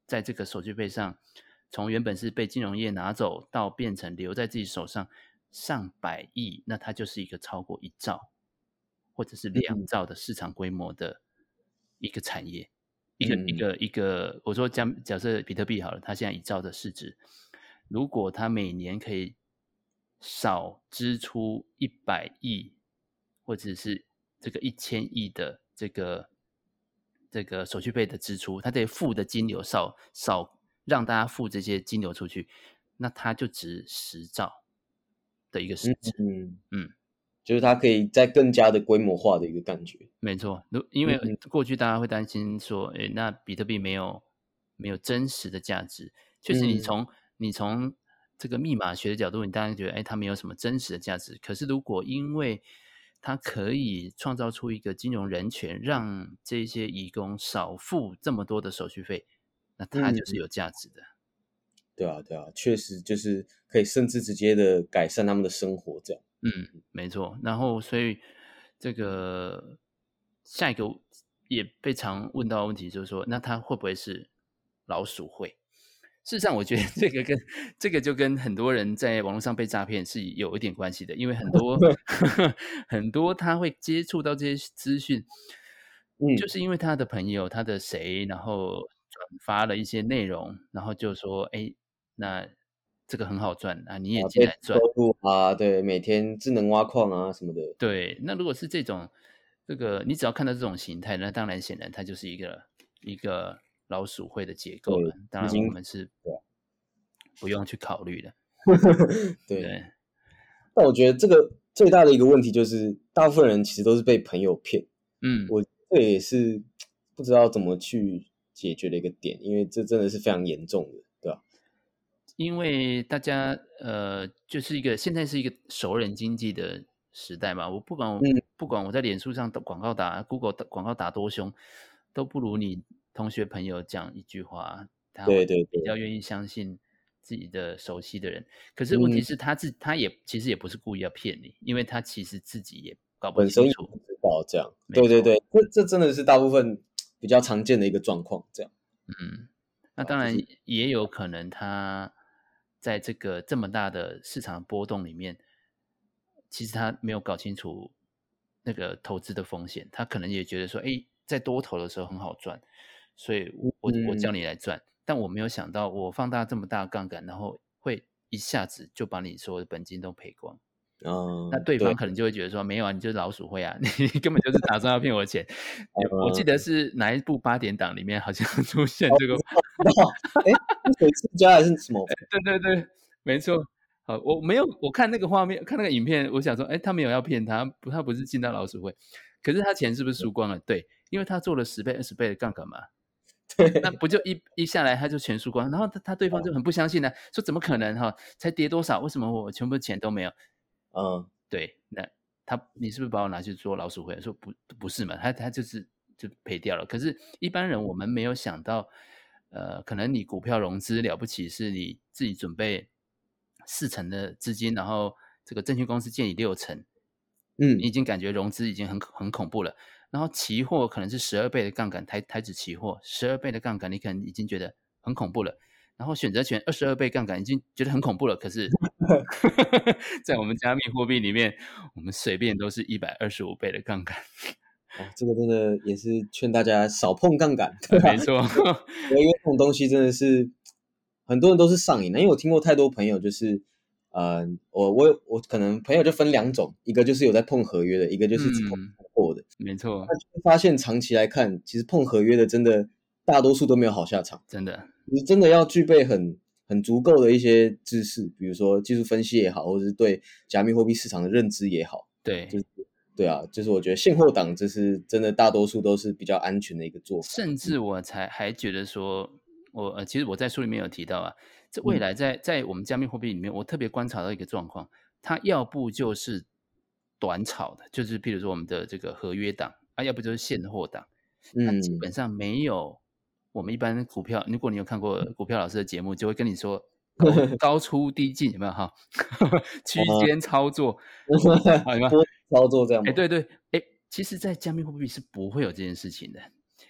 在这个手续费上，从原本是被金融业拿走到变成留在自己手上上百亿，那它就是一个超过一兆或者是两兆的市场规模的一个产业。一个、嗯、一个一个，我说假假设比特币好了，它现在一兆的市值，如果它每年可以少支出一百亿，或者是这个一千亿的这个这个手续费的支出，它得付的金流少少让大家付这些金流出去，那它就值十兆的一个市值。嗯 嗯, 嗯， 就是它可以再更加的规模化的一个感觉。 没错，因为过去大家会担心说，诶，那比特币没有没有真实的价值。确实，你从、嗯、你从这个密码学的角度，你当然觉得，诶，它没有什么真实的价值。可是，如果因为它可以创造出一个金融人权，让这些移工少付这么多的手续费，那它就是有价值的。 嗯、对啊，对啊，确实就是可以甚至直接的改善他们的生活，这样。 嗯，没错。然后，所以这个下一个也被常问到的问题就是说，那它会不会是老鼠会？事实上，我觉得这个跟这个就跟很多人在网络上被诈骗是有一点关系的，因为很多很多他会接触到这些资讯，嗯，就是因为他的朋友、他的谁，然后转发了一些内容，然后就说，哎，那这个很好赚啊，你也进来赚。 收入啊，对，每天智能挖矿啊什么的。 对，那如果是这种，这个你只要看到这种形态，那当然显然它就是一个一个老鼠会的结构了。当然我们是不用去考虑的。 对。对，但我觉得这个最大的一个问题就是，大部分人其实都是被朋友骗。嗯，我这也是不知道怎么去解决的一个点，因为这真的是非常严重的，对吧？ 因为大家呃，就是一个现在是一个熟人经济的时代嘛，我不管我、嗯、不管我在脸书上的广告打 Google 广告打多凶，都不如你同学朋友讲一句话，他会比较愿意相信自己的熟悉的人。对对对，可是问题是他自、嗯、他也其实也不是故意要骗你，因为他其实自己也搞不清楚， 本身也不知道这样。对对对，这这真的是大部分比较常见的一个状况，这样。 嗯，那当然也有可能他在这个这么大的市场波动里面，其实他没有搞清楚那个投资的风险，他可能也觉得说，哎，在多头的时候很好赚，所以我、嗯、我叫你来赚，但我没有想到我放大这么大杠杆，然后会一下子就把你所有的本金都赔光。嗯，那对方可能就会觉得说，没有啊，你就是老鼠会啊，你根本就是打算要骗我钱。嗯、我记得是哪一部八点档里面好像出现这个， 哎，水世家还是什么？ 对对对，没错。好，我没有，我看那个画面，看那个影片，我想说，哎，他没有要骗他，不，他不是进到老鼠会，可是他钱是不是输光了？对，因为他做了十倍、二十倍的杠杆嘛。对，那不就一一下来他就全输光，然后他他对方就很不相信呢、啊，说怎么可能哈？才跌多少？为什么我全部钱都没有？嗯，对，那他你是不是把我拿去做老鼠会？说不不是嘛，他他就是就赔掉了。可是，一般人我们没有想到，呃，可能你股票融资了不起，是你自己准备四成的资金，然后这个证券公司借你六成，嗯，你已经感觉融资已经很很恐怖了。然后期货可能是十二倍的杠杆，台台指期货十二倍的杠杆，你可能已经觉得很恐怖了。然后选择权二十二倍杠杆已经觉得很恐怖了，可是在我们加密货币里面，我们随便都是一百二十五倍的杠杆。 哦，这个真的也是劝大家少碰杠杆， 对吧？没错， 因为这种东西真的是很多人都是上瘾的。因为我听过太多朋友，就是呃，我我我可能朋友就分两种，一个就是有在碰合约的，一个就是只碰货的。 嗯、没错， 发现长期来看，其实碰合约的真的大多数都没有好下场， 真的。 你真的要具备很很足够的一些知识，比如说技术分析也好，或者是对加密货币市场的认知也好。 对， 就是对啊，就是我觉得现货党这是真的大多数都是比较安全的一个做法。 甚至我才还觉得说，我呃，其实我在书里面有提到啊，这未来在在我们加密货币里面，我特别观察到一个状况，它要不就是短炒的，就是譬如说我们的这个合约党啊，要不就是现货党，它基本上没有。我们一般股票，如果你有看过股票老师的节目，就会跟你说高, 高出低进，有没有哈？区间操作， 好有没有？操作这样吗？ 哎，对对，哎，其实，在加密货币是不会有这件事情的，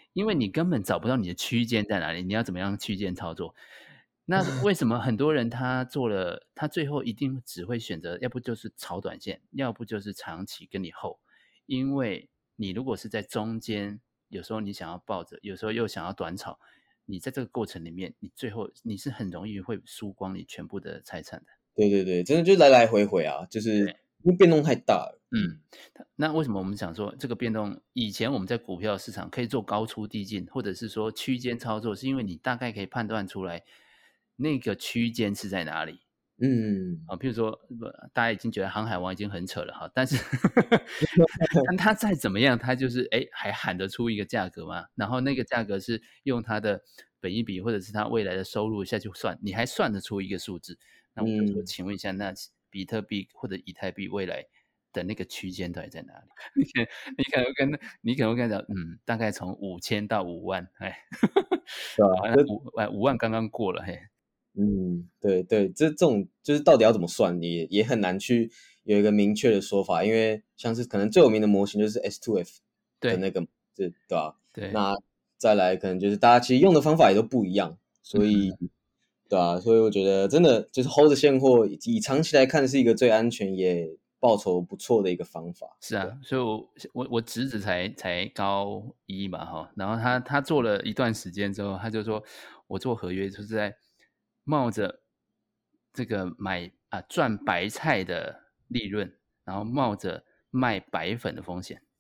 因为你根本找不到你的区间在哪里，你要怎么样区间操作？那为什么很多人他做了，他最后一定只会选择，要不就是炒短线，要不就是长期跟你 hold。因为你如果是在中间，有时候你想要抱着，有时候又想要短炒，你在这个过程里面，你最后你是很容易会输光你全部的财产的。 对对对，真的就来来回回啊，就是对， 因为变动太大了。 嗯，那为什么我们讲说这个变动？以前我们在股票市场可以做高出低进，或者是说区间操作，是因为你大概可以判断出来那个区间是在哪里。 嗯， 啊，譬如说，不，大家已经觉得航海王已经很扯了哈，但是但他再怎么样，他就是哎，还喊得出一个价格嘛，然后那个价格是用他的本益比或者是他未来的收入下去算，你还算得出一个数字。那我就说， 嗯， 请问一下，那比特币或者以太币未来的那个区间到底在哪里？你可你可能跟你可能会跟他讲，嗯，大概从五千到五万，哎， 对啊， 好，那这五哎五万刚刚过了，嘿。 嗯，对对，这这种就是到底要怎么算，也也很难去有一个明确的说法，因为像是可能最有名的模型就是 S two F 的对那个，这对吧？ 对， 那再来可能就是大家其实用的方法也都不一样，所以对啊，所以我觉得真的就是 hold 着现货，以长期来看是一个最安全也报酬不错的一个方法。对啊， 是啊，所以我我我侄子才才高一嘛哈，然后他他做了一段时间之后，他就说我做合约就是在冒着这个买啊赚白菜的利润，然后冒着卖白粉的风险。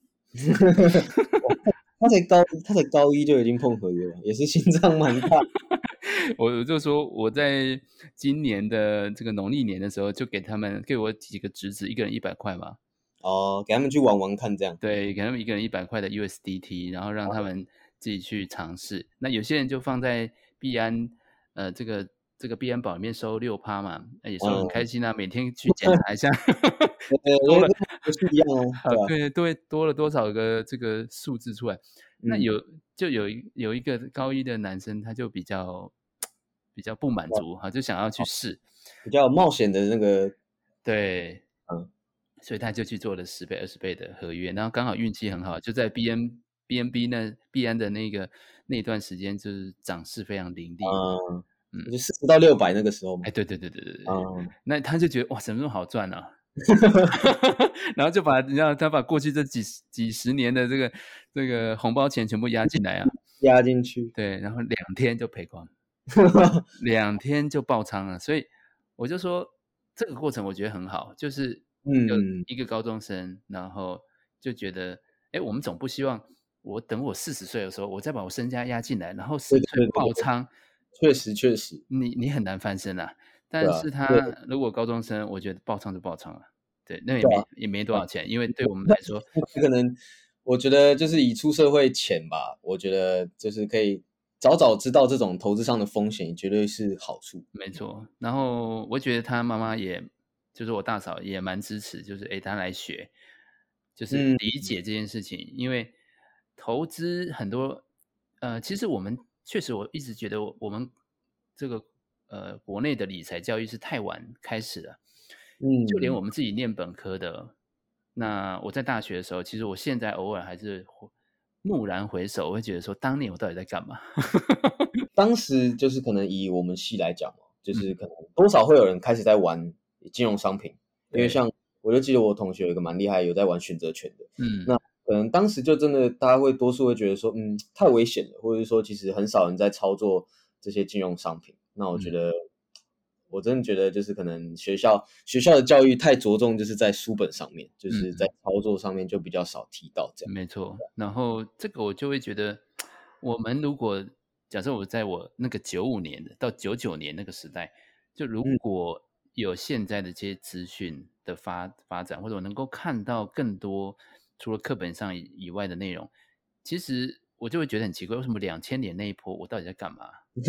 他才高他才高一就已经碰合约了，也是心脏蛮大。 我就说我在今年的这个农历年的时候，就给他们给我几个侄子，一个人一百块嘛， 哦，给他们去玩玩看这样。 对，给他们一个人一百块的 U S D T，然后让他们自己去尝试。那有些人就放在币安，呃，这个这个币安宝里面收六趴嘛，也收得很开嗯， 心啊，每天去检查一下对， 多了， 因为跟游戏一样啊， 啊， 对吧？ 对，多多了多少个这个数字出来。那嗯， 有就有一有一个高一的男生，他就比较比较不满足哈，就想要去试， 比较冒险的那个， 对， 嗯， 所以他就去做了十倍、二十倍的合约，然后刚好运气很好，就在 B N B N B 那币安的那个那段时间，就是涨势非常凌厉。 嗯， 嗯， 就四十到六百那个时候嘛。 哎，对对对对对对， 嗯， 那他就觉得哇，怎么那么好赚啊？然后就把你知道他把过去这几十几十年的这个这个红包钱全部压进来啊， 压进去。 对，然后两天就赔光，两天就爆仓了。所以我就说这个过程我觉得很好，就是一个嗯， 一个高中生，然后就觉得，哎，我们总不希望我等我四十岁的时候，我再把我身家压进来，然后四对十岁对对对对， 爆仓， 确实确实， 你你很难翻身啊。 对啊， 但是对他如果高中生，我觉得爆仓就爆仓了，对，那也对啊， 没也没多对啊， 少钱，因为对我们来说， 可能我觉得就是以出社会前吧，我觉得就是可以早早知道这种投资上的风险，绝对是好处。 没错。然后我觉得他妈妈也，就是我大嫂也蛮支持，就是诶他来学，就是嗯， 理解这件事情，因为投资很多，呃，其实我们确实我一直觉得我我们这个呃国内的理财教育是太晚开始了，就连我嗯。 们自己念本科的，那我在大学的时候，其实我现在偶尔还是会蓦然回首，我会觉得说，当年我到底在干嘛？ 当时就是可能以我们系来讲嘛，就嗯， 是可能多少会有人开始在玩金融商品，因为对， 像我就记得我同学有一个蛮厉害，有在玩选择权的， 嗯那可能当时就真的大家会多数会觉得说，嗯，太危险了，或者是说其实很少人在操作这些金融商品。那我觉嗯。 得，我真的觉得就是可能学校学校的教育太着重就是在书本上面，就是在嗯， 操作上面就比较少提到这样。 没错。然后这个我就会觉得，我们如果假设我在我那个九五年的到九九年那个时代，就如嗯， 果有现在的这些资讯的发发展，或者我能够看到更多除了课本上以以外的内容，其实我就会觉得很奇怪，为什么两千年那一波我到底在干嘛？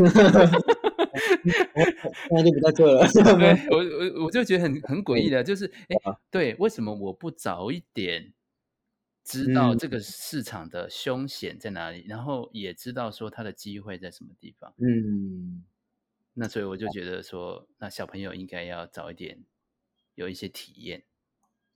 哦，现在就不在这了， 对，我我我就觉得很很诡异的，就是哎，诶对，为什么我不早一点知道嗯， 这个市场的凶险在哪里，然后也知道说它的机会在什么地方？ 嗯。 那所以我就觉得说，那小朋友应该要早一点有一些体验。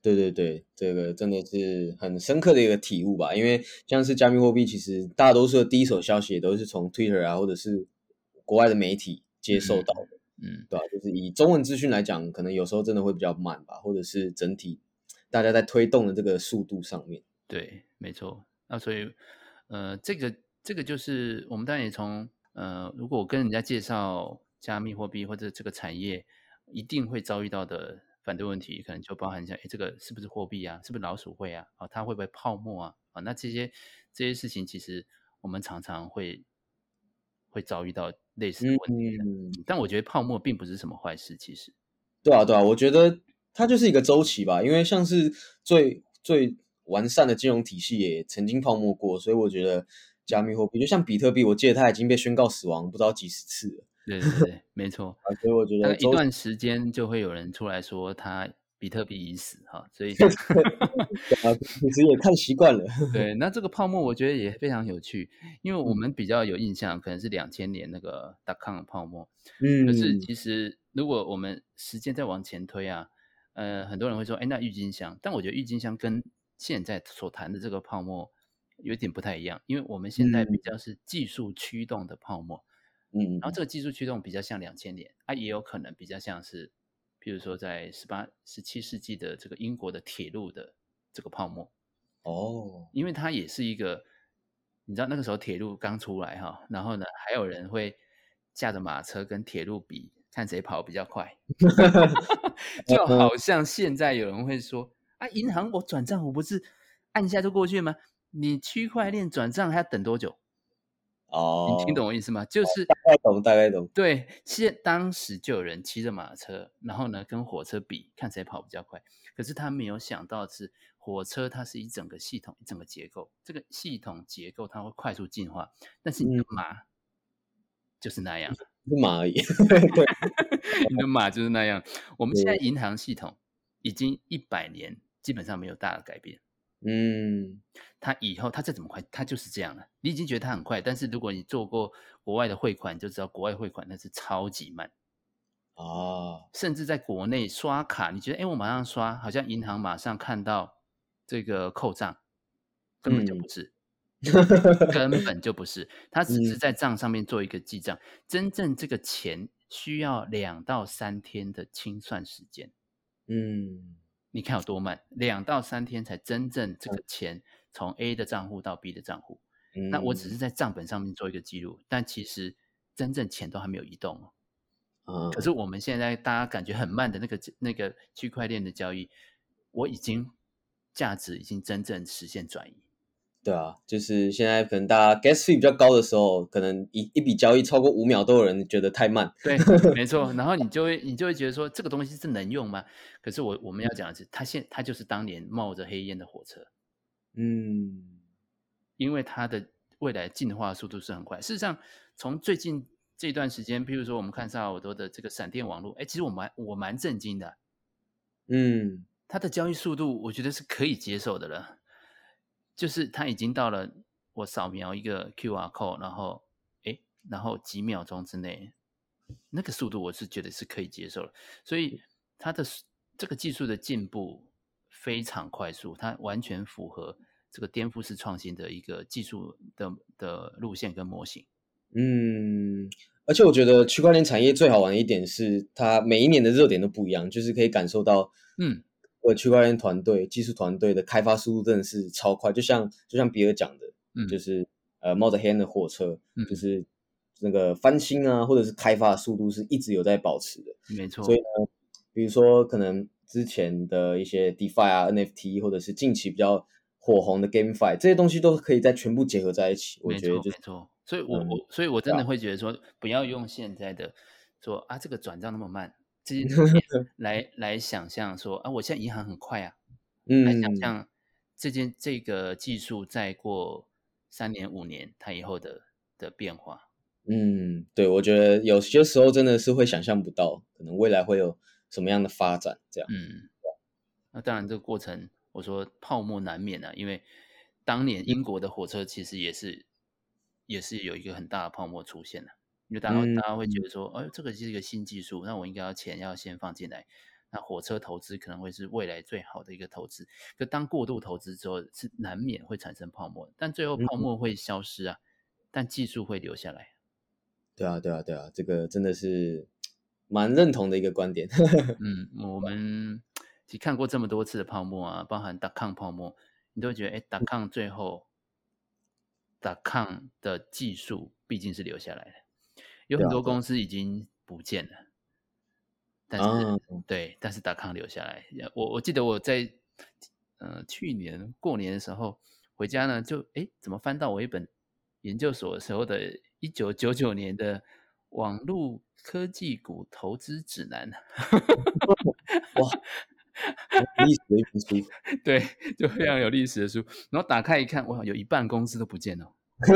对对对，这个真的是很深刻的一个体悟吧。因为像是加密货币，其实大多数的第一手消息也都是从 Twitter 啊，或者是国外的媒体接受到的， 嗯， 对吧、就是以中文资讯来讲，可能有时候真的会比较慢吧，或者是整体大家在推动的这个速度上面。 对，没错。那所以，呃，这个这个就是我们当然也从呃，如果我跟人家介绍加密货币或者这个产业，一定会遭遇到的反对问题，可能就包含一下，哎，这个是不是货币啊？是不是老鼠会啊？啊，它会不会泡沫啊？啊，那这些这些事情，其实我们常常会会遭遇到类似的问题的。 嗯， 嗯但我觉得泡沫并不是什么坏事，其实。 对啊，对啊，我觉得它就是一个周期吧，因为像是最最完善的金融体系也曾经泡沫过，所以我觉得加密货币就像比特币，我记得它已经被宣告死亡不知道几十次了对对对，没错。 啊，所以我觉大得周期概一段时间就会有人出来说他比特币已死哈，所以啊，其实也看习惯了， 对，那这个泡沫我觉得也非常有趣，因为我嗯们比较有印象，可能是两千年那个 dot com 泡沫，可是嗯， 其实如果我们时间再往前推啊，呃，很多人会说，哎，那郁金香，但我觉得郁金香跟现在所谈的这个泡沫有点不太一样，因为我们现在比嗯较是技术驱动的泡沫， 嗯嗯， 然后这个技术驱动比较像两千年，啊，也有可能比较像是，譬如说在十八、十七世纪的这个英国的铁路的这个泡沫， 哦， 因为它也是一个，你知道那个时候铁路刚出来哈，然后呢，还有人会驾着马车跟铁路比，看谁跑比较快，就嗯， 好像现在有人会说，啊，银行我转账我不是按一下就过去吗？你区块链转账还要等多久？你听哦， 懂我意思吗？就是大概懂，大概懂， 对，现当时就有人骑着马车，然后呢跟火车比，看谁跑比较快。可是他没有想到的是，火车它是一整个系统、一整个结构，这个系统结构它会快速进化，但是你的嗯， 马就是那样， 是马而已，对你的马就是那样。我们现在对， 银行系统已经一百年，基本上没有大的改变。 嗯， 它以后它再怎么快，它就是这样了。你已经觉得它很快，但是如果你做过国外的汇款，你就知道国外汇款那是超级慢。 啊， 甚至在国内刷卡，你觉得哎，诶我马上刷，好像银行马上看到这个扣账，根本就嗯， 不是，根本就不是，它只是嗯在账上面做一个记账，真正这个钱需要两到三天的清算时间， 嗯你看有多慢两到三天才真正这个钱从 A 的账户到 B 的账户，那我只嗯是在账本上面做一个记录，但其实真正钱都还没有移动哦。可是啊。 我们现在大家感觉很慢的那个那个区块链的交易，我已经价值已经真正实现转移。 对啊，就是现在可能大家 gas fee 比较高的时候，可能一一笔交易超过五秒都有人觉得太慢。 对，没错。然后你就会你就会觉得说这个东西是能用吗？可是我我们要讲的是，它现它就是当年冒着黑烟的火车， 嗯， 因为它的未来进化速度是很快。事实上，从最近这段时间，譬如说我们看萨尔多的这个闪电网络，哎，其实我蛮我蛮震惊的。 嗯， 它的交易速度，我觉得是可以接受的了。就是它已经到了我扫描一个 Q R code，然后诶，然后几秒钟之内，那个速度我是觉得是可以接受的。所以它的这个技术的进步非常快速，它完全符合这个颠覆式创新的一个技术的的路线跟模型。 嗯，而且我觉得区块链产业最好玩的一点是，它每一年的热点都不一样，就是可以感受到， 嗯呃，区块链团队、技术团队的开发速度真的是超快。就像就像比尔讲的，就嗯是呃，冒着黑暗的火车，就嗯， 是那个翻新啊，或者是开发的速度是一直有在保持的。 没错， 所以呢，比如说可能之前的一些 DeFi 啊、N F T，或者是近期比较火红的 GameFi，这些东西都可以再全部结合在一起。我没觉得就是， 错没错。所以我嗯， 我所以我对啊， 真的会觉得说，不要用现在的说啊，这个转账那么慢这件事情来来想象说啊，我现在银行很快啊，来想嗯象这件这个技术再过三年五年它以后的的变化。 嗯，对，我觉得有些时候真的是会想象不到，可能未来会有什么样的发展，这样。 嗯，那当然这个过程我说泡沫难免啊，因为当年英国的火车其实也是也是有一个很大的泡沫出现了，因为大家嗯大家会觉得说，哎，这个是一个新技术，那我应该要钱要先放进来， 那火车投资可能会是未来最好的一个投资。可当过度投资之后，是难免会产生泡沫，但最后泡嗯， 沫会消失啊，但技术会留下来。 对啊，对啊，对啊，这个真的是蛮认同的一个观点。 嗯，我们其实看过这么多次的泡沫啊，包含 dot com 泡沫，你都会觉得，哎，dot com 最后 dot com 的技术毕竟是留下来的，有对啊， 很多对啊， 公司已经不见了，但是啊， 对，但是 dot com 留下来。我我记得我在呃去年过年的时候回家呢，就哎怎么翻到我一本研究所的时候的一九九九年的网络科技股投资指南。 哇，很有历史的一本书。 对，就非常有历史的书，然后打开一看，哇，有一半公司都不见了。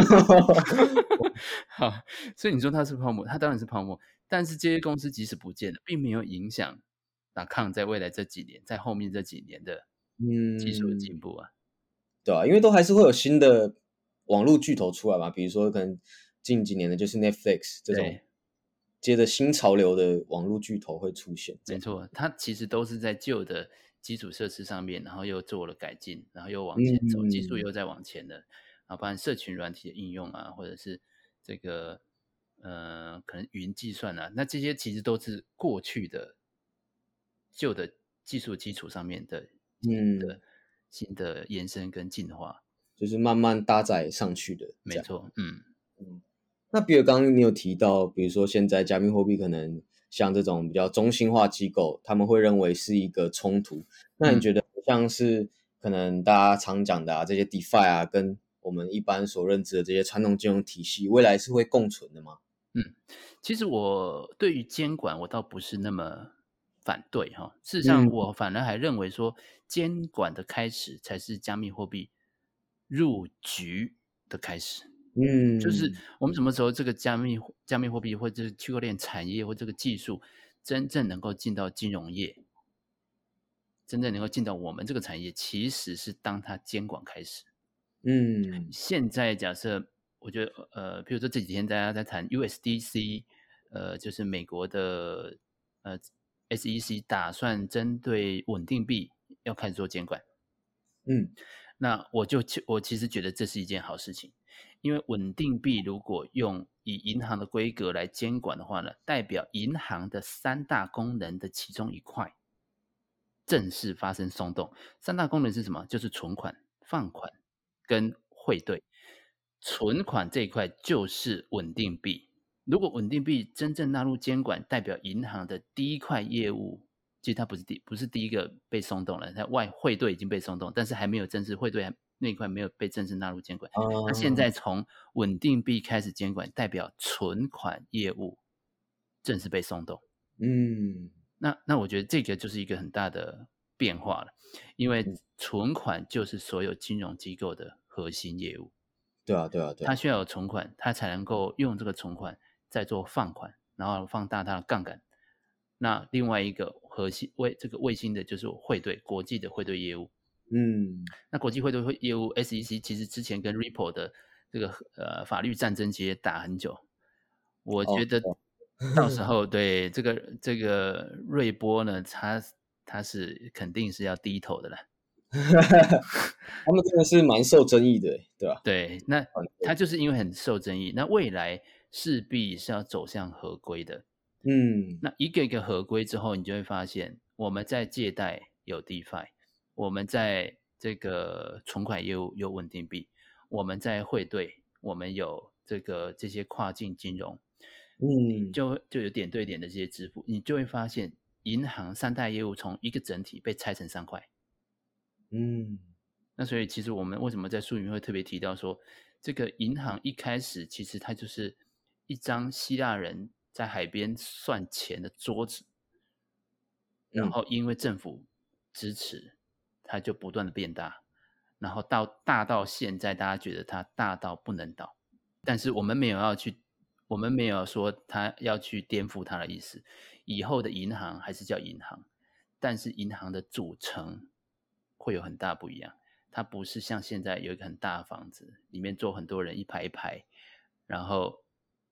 好，所以你说它是泡沫，它当然是泡沫。但是这些公司即使不见了，并没有影响达康在未来这几年，在后面这几年的技术的嗯， 进步啊。 对啊，因为都还是会有新的网络巨头出来嘛，比如说可能近几年的就是 Netflix 这种对， 接着新潮流的网络巨头会出现，这样。 没错，它其实都是在旧的基础设施上面，然后又做了改进，然后又往前走，技术嗯， 又在往前的，啊，包含社群软体的应用啊，或者是这个呃，可能云计算啊，那这些其实都是过去的旧的技术基础上面的新嗯， 的新的延伸跟进化。 就是慢慢搭载上去的这样。 没错，嗯嗯，那比如刚刚你有提到，比如说现在加密货币可能像这种比较中心化机构，他们会认为是一个冲突。那你嗯。 觉得像是可能大家常讲的啊，这些 DeFi 啊，跟我们一般所认知的这些传统金融体系，未来是会共存的吗？ 嗯，其实我对于监管我倒不是那么反对哈，事实上嗯我反而还认为说监管的开始才是加密货币入局的开始。就是嗯， 我们什么时候这个加密加密货币或者是区块链产业或这个技术真正能够进到金融业，真正能够进到我们这个产业，其实是当它监管开始。 嗯， 现在假设，我觉得呃，比如说这几天大家在谈 U S D C，呃，就是美国的呃 S E C 打算针对稳定币要开始做监管。 嗯， 那我就我其实觉得这是一件好事情，因为稳定币如果用以银行的规格来监管的话呢，代表银行的三大功能的其中一块正式发生松动。三大功能是什么？就是存款、放款跟汇兑。存款这一块就是稳定币。如果稳定币真正纳入监管，代表银行的第一块业务，其实它不是第不是第一个被松动了，它外汇兑已经被松动，但是还没有正式汇兑那一块没有被正式纳入监管。那现啊， 在从稳定币开始监管，代表存款业务正式被松动。 嗯， 那那我觉得这个就是一个很大的变化了，因为嗯， 存款就是所有金融机构的核心业务， 对啊，对啊，对啊， 它需要有存款，它才能够用这个存款再做放款，然后放大它的杠杆。那另外一个核心卫这个卫星的就是汇兑，国际的汇兑业务。 嗯， 那国际汇兑业务 S E C 其实之前跟 Ripple 的这个呃法律战争其实打很久，我觉哦， 得哦， 到时候对这个这个瑞波呢，他他是肯定是要低头的了。 他们真的是蛮受争议的欸，对吧？ 对，那团队， 他就是因为很受争议，那未来势必是要走向合规的。 嗯， 那一个一个合规之后，你就会发现我们在借贷有 DeFi，我们在这个存款业务有稳定币，我们在汇兑，我们有这个这些跨境金融， 嗯， 就就有点对点的这些支付，你就会发现银行三大业务从一个整体被拆成三块。 嗯， 那所以其实我们为什么在书里面会特别提到说，这个银行一开始其实它就是一张希腊人在海边算钱的桌子，然嗯， 后因为政府支持，它就不断的变大，然后到大到现在大家觉得它大到不能倒，但是我们没有要去，我们没有说它要去颠覆它的意思，以后的银行还是叫银行，但是银行的组成会有很大不一样。它不是像现在有一个很大的房子，里面坐很多人一排一排，然后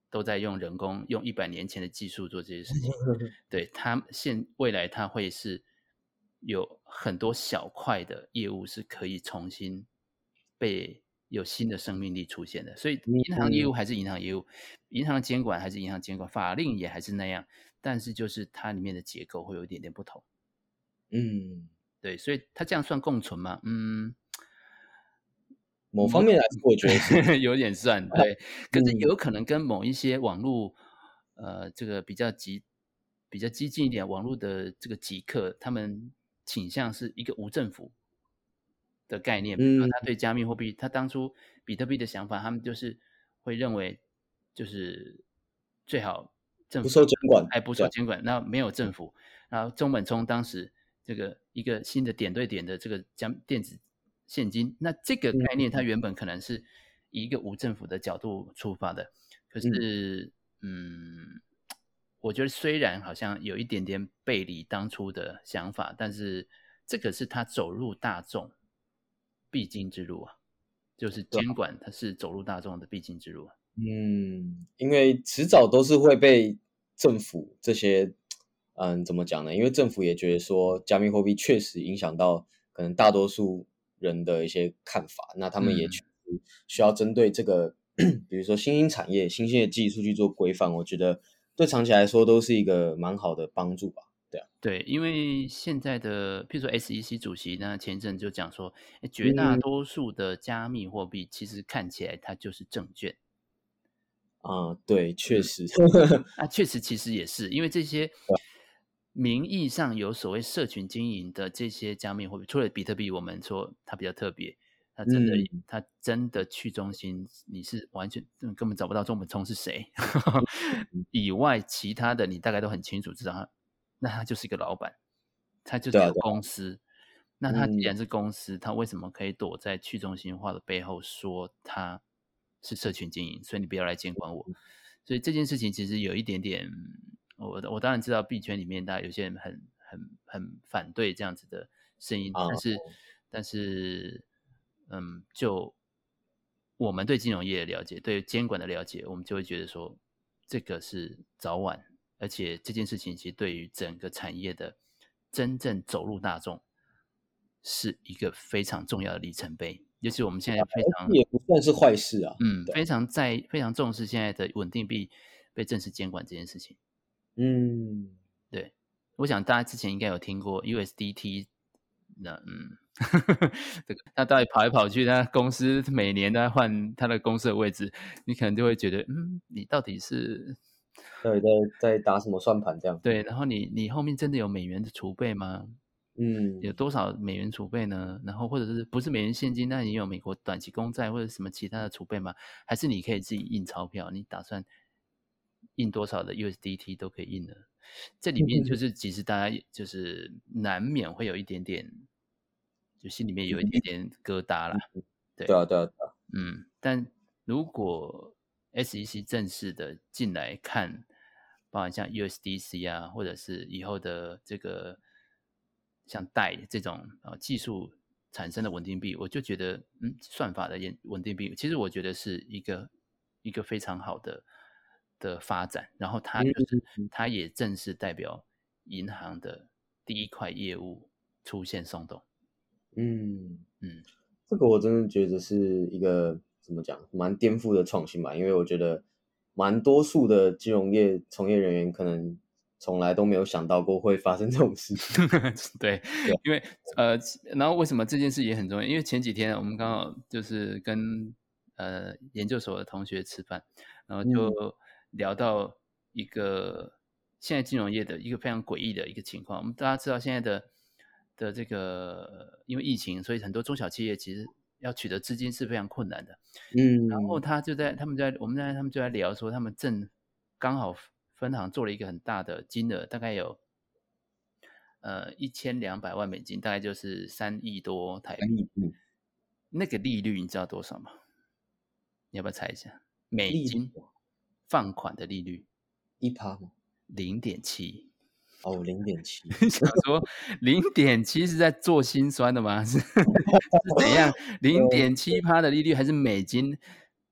都在用人工用一百年前的技术做这些事情。对，它现未来它会是有很多小块的业务是可以重新被有新的生命力出现的。所以银行业务还是银行业务，银行监管还是银行监管，法令也还是那样，但是就是它里面的结构会有一点点不同。 嗯， 对，所以它这样算共存吗？嗯， 某方面来说，我觉得是有点算对，可是嗯有可能跟某一些网络，呃，这个比较激比较激进一点网络的这个极客，他们倾向是一个无政府的概念。比如说嗯， 他对加密货币，他当初比特币的想法，他们就是会认为，就是最好政不府受监管， 还不对啊， 受监管，那没有政府。然后中本聪当时这个一个新的点对点的这个将电子现金，那这个概念它原本可能是以一个无政府的角度出发的，可是嗯，我觉得虽然好像有一点点背离当初的想法，但是这个是他走入大众必经之路啊，就是对啊监管它是走入大众的必经之路啊。 嗯，因为迟早都是会被政府这些，嗯，怎么讲呢？因为政府也觉得说，加密货币确实影响到可能大多数人的一些看法，那他们也嗯确实需要针对这个，比如说新兴产业、新兴的技术去做规范。我觉得对长期来说都是一个蛮好的帮助吧。对啊， 对，因为现在的，譬如说 S E C 主席，那前一阵就讲说，诶绝大嗯多数的加密货币其实看起来它就是证券。 啊，对，确嗯， 实， 那确实其实也是，因为这些名义上有所谓社群经营的这些加密货币，除了比特币，我们说它比较特别，它真的嗯， 它真的去中心，你是完全嗯根本找不到中本聪是谁以外，其他的你大概都很清楚知道他，那他就是一个老板，他就是对啊， 有对啊， 公司。那他既嗯然是公司，他为什么可以躲在去中心化的背后说他是社群经营？所以你不要来监管我。所以这件事情其实有一点点，我我当然知道币圈里面大家有些人很很很反对这样子的声音， 啊， 但是但是嗯，就我们对金融业的了解，对监管的了解，我们就会觉得说，这个是早晚，而且这件事情其实对于整个产业的真正走入大众，是一个非常重要的里程碑。尤其我们现在非常也不算是坏事啊。 嗯对啊， 非常在非常重视现在的稳定币被正式监管这件事情。 嗯。 对，我想大家之前应该有听过 U S D T，那嗯，这个他到底跑来跑去，他公司每年都在换他的公司的位置，你可能就会觉得，嗯，你到底是到底在在打什么算盘这样？ 对，然后你你后面真的有美元的储备吗？有嗯， 多少美元储备呢？然后或者是不是美元现金，那你有美国短期公债或者什么其他的储备吗？还是你可以自己印钞票？你打算印多少的 U S D T 都可以印呢？这里面就是其实大家就是难免会有一点点，就心里面有一点点疙瘩啦。对， 对啊，对啊，对啊， 嗯，但如果 S E C 正式的进来看，包含像 U S D C 啊，或者是以后的这个像代这种呃技术产生的稳定币，我就觉得，嗯，算法的稳稳定币，其实我觉得是一个一个非常好的的发展。然后它就是嗯它也正式代表银行的第一块业务出现松动。 嗯， 嗯， 这个我真的觉得是一个怎么讲，蛮颠覆的创新吧。因为我觉得蛮多数的金融业从业人员可能从来都没有想到过会发生这种事情。 对， 对啊， 因为呃，然后为什么这件事也很重要？因为前几天我们刚好就是跟呃研究所的同学吃饭，然后嗯就聊到一个现在金融业的一个非常诡异的一个情况。我们大家知道现在的的这个因为疫情，所以很多中小企业其实要取得资金是非常困难的。然后嗯， 他就在他们在我们在他们就在聊说，他们正刚好分行做了一个很大的金额，大概有呃一千两百万美金，大概就是三亿多台币。 嗯， 那个利率你知道多少吗？你要不要猜一下？美利率金放款的利率一趴吗？ 零点七。 哦，零点七， 想说零点七是在做心酸的吗？是是怎样？零点七趴的利率还是美金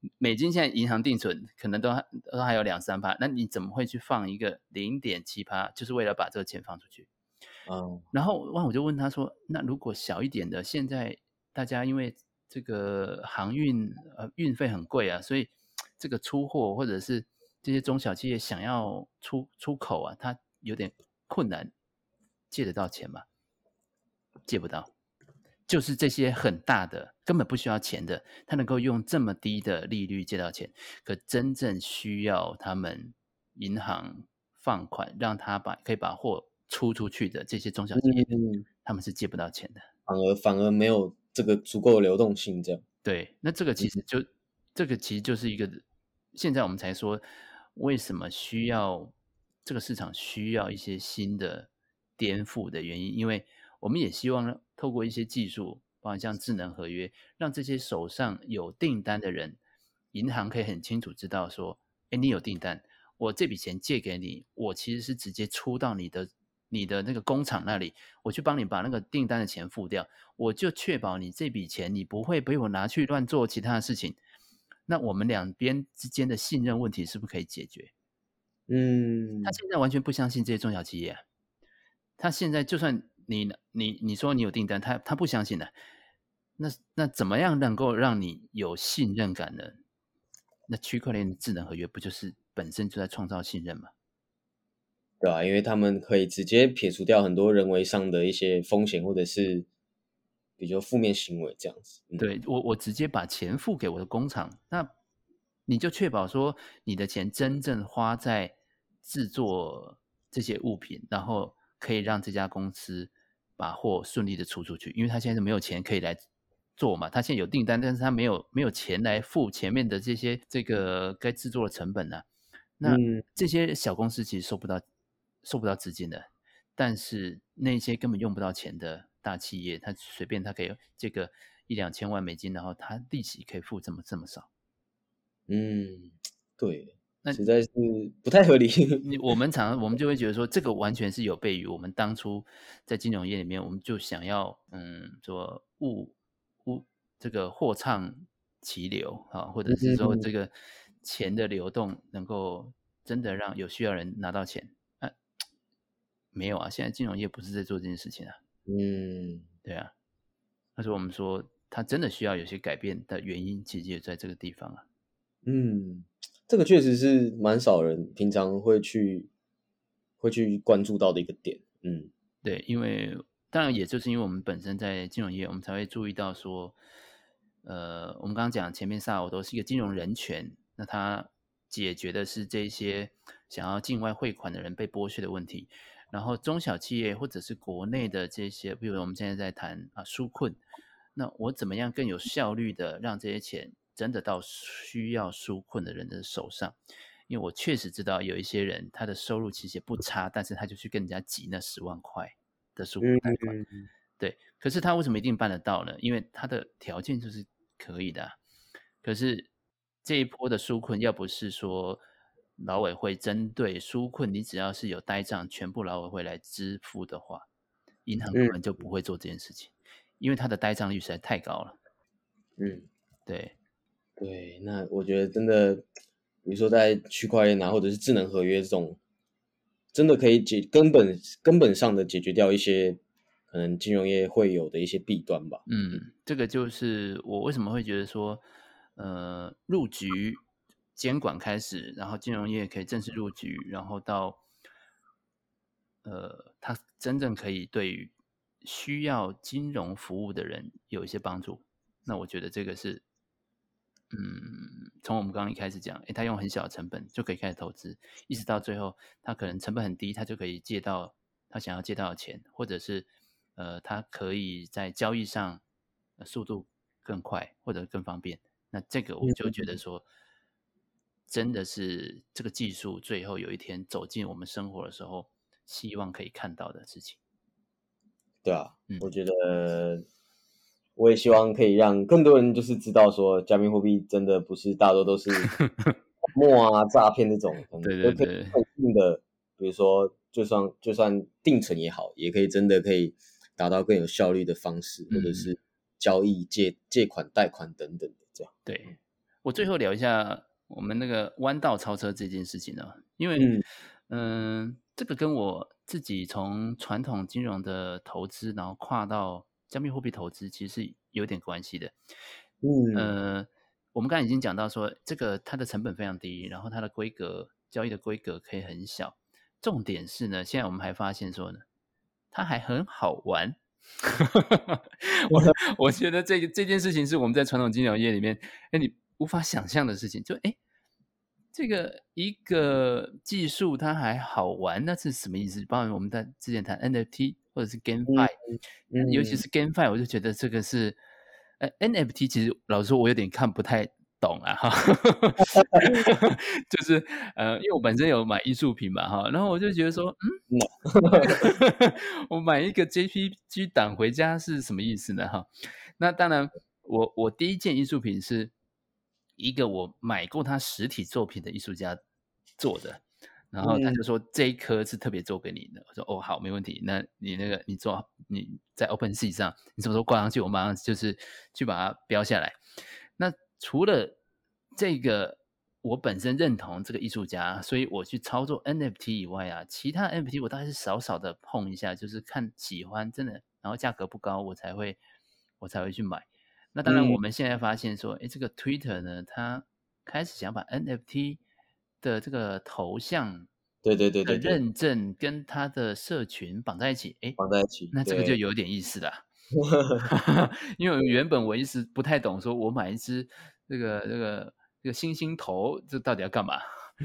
美金现在银行定存可能都都还有两三趴，那你怎么会去放一个零点七趴，就是为了把这个钱放出去？ 哦， 然后我就问他说，那如果小一点的，现在大家因为这个航运呃运费很贵啊，所以这个出货或者是这些中小企业想要出出口啊，它有点困难，借得到钱吗？借不到。就是这些很大的根本不需要钱的，他能够用这么低的利率借到钱，可真正需要他们银行放款让他把可以把货出出去的这些中小企业， 嗯， 他们是借不到钱的。 反而反而没有这个足够的流动性，这样。 对，那这个其实就这个其实就是一个现在我们才说为什么需要这个市场需要一些新的颠覆的原因，因为我们也希望透过一些技术，包括像智能合约，让这些手上有订单的人，银行可以很清楚知道说，哎，你有订单，我这笔钱借给你，我其实是直接出到你的你的那个工厂那里，我去帮你把那个订单的钱付掉，我就确保你这笔钱你不会被我拿去乱做其他的事情。那我们两边之间的信任问题是不是可以解决？他嗯， 现在完全不相信这些中小企业啊，他现在就算你你你说你有订单，他他不相信的。那那怎么样能够让你有信任感呢？那区块链的智能合约不就是本身就在创造信任吗？ 对啊，因为他们可以直接撇除掉很多人为上的一些风险，或者是比较负面行为这样子。嗯对，我我直接把钱付给我的工厂，那你就确保说你的钱真正花在制作这些物品，然后可以让这家公司把货顺利的出出去，因为他现在是没有钱可以来做嘛，他现在有订单，但是他没有没有钱来付前面的这些这个该制作的成本呢、那嗯这些小公司其实收不到收不到资金的，但是那些根本用不到钱的大企业，他随便他可以借个一两千万美金，然后他利息可以付这么这么少。 嗯，对， 那实在是不太合理。 你我们常我们就会觉得说，这个完全是有悖于我们当初在金融业里面，我们就想要嗯，说物物这个货畅其流啊，或者是说嗯这个钱的流动能够真的让有需要人拿到钱。啊，没有啊，现在金融业不是在做这件事情啊， 嗯对啊。那时候我们说，它真的需要有些改变的原因，其实也在这个地方啊。 嗯，这个确实是蛮少人平常会去会去关注到的一个点。嗯对，因为当然也就是因为我们本身在金融业，我们才会注意到说，呃，我们刚刚讲前面萨尔瓦多是一个金融人权，那它解决的是这些想要境外汇款的人被剥削的问题，然后中小企业或者是国内的这些，比如我们现在在谈啊纾困，那我怎么样更有效率的让这些钱真的到需要纾困的人的手上？因为我确实知道有一些人他的收入其实也不差，但是他就去跟人家挤那十万块的纾困贷款， 嗯对。可是他为什么一定办得到呢？因为他的条件就是可以的啊。可是这一波的纾困，要不是说劳委会针对纾困，你只要是有呆账，全部劳委会来支付的话，银行根嗯本就不会做这件事情，因为它的呆账率实在太高了。 嗯， 对， 对，那我觉得真的，比如说在区块链啊，或者是智能合约这种，真的可以解根本根本上的解决掉一些可能金融业会有的一些弊端吧。 嗯，这个就是我为什么会觉得说，呃，入局监管开始，然后金融业可以正式入局，然后到呃，它真正可以对于需要金融服务的人有一些帮助。那我觉得这个是，嗯，从我们刚刚一开始讲，诶，他用很小的成本就可以开始投资，一直到最后，他可能成本很低，他就可以借到他想要借到的钱，或者是呃，他可以在交易上呃速度更快或者更方便。那这个我就觉得说，真的是这个技术最后有一天走进我们生活的时候，希望可以看到的事情。 对啊， 嗯， 我觉得我也希望可以让更多人就是知道说，加密货币真的不是大多都是泡沫啊、诈骗这种，可能对都可以对对， 很定的，比如说就算就算定存也好，也可以真的可以达到更有效率的方式，或者嗯， 是交易、借借款、贷款等等的这样。 对。 我最后聊一下我们那个弯道超车这件事情呢，因为嗯嗯、呃这个跟我自己从传统金融的投资，然后跨到加密货币投资，其实是有点关系的。 嗯， 呃，我们刚才已经讲到说，这个它的成本非常低，然后它的规格交易的规格可以很小。重点是呢，现在我们还发现说呢，它还很好玩。我我觉得这个这件事情是我们在传统金融业里面，哎，你无法想象的事情。就哎，这个一个技术它还好玩，那是什么意思？包含我们在之前谈 N F T 或者是 GameFi， 嗯嗯， 尤其是 GameFi，我就觉得这个是，呃，N F T 其实老实说，我有点看不太懂啊，哈，就是呃，因为我本身有买艺术品嘛，哈，然后我就觉得说，嗯，我买一个 J P G 档回家是什么意思呢？哈，那当然，我我第一件艺术品是一个我买过他实体作品的艺术家做的，然后他嗯就说这一颗是特别做给你的，我说哦好，没问题，那你那个你做你在 OpenSea 上，你什么时候挂上去，我马上就是去把它标下来。那除了这个我本身认同这个艺术家，所以我去操作 N F T 以外啊，其他 N F T 我大概是少少的碰一下，就是看喜欢真的，然后价格不高，我才会我才会去买。那当然，我嗯， 们现在发现说，诶，这个 Twitter 呢，它开始想把 N F T 的这个头像对对对对对， 的认证跟它的社群绑在一起，诶， 放在一起， 那这个就对， 有点意思了。因为原本我一直不太懂，说我买一只这个这个这个星星头，这到底要干嘛？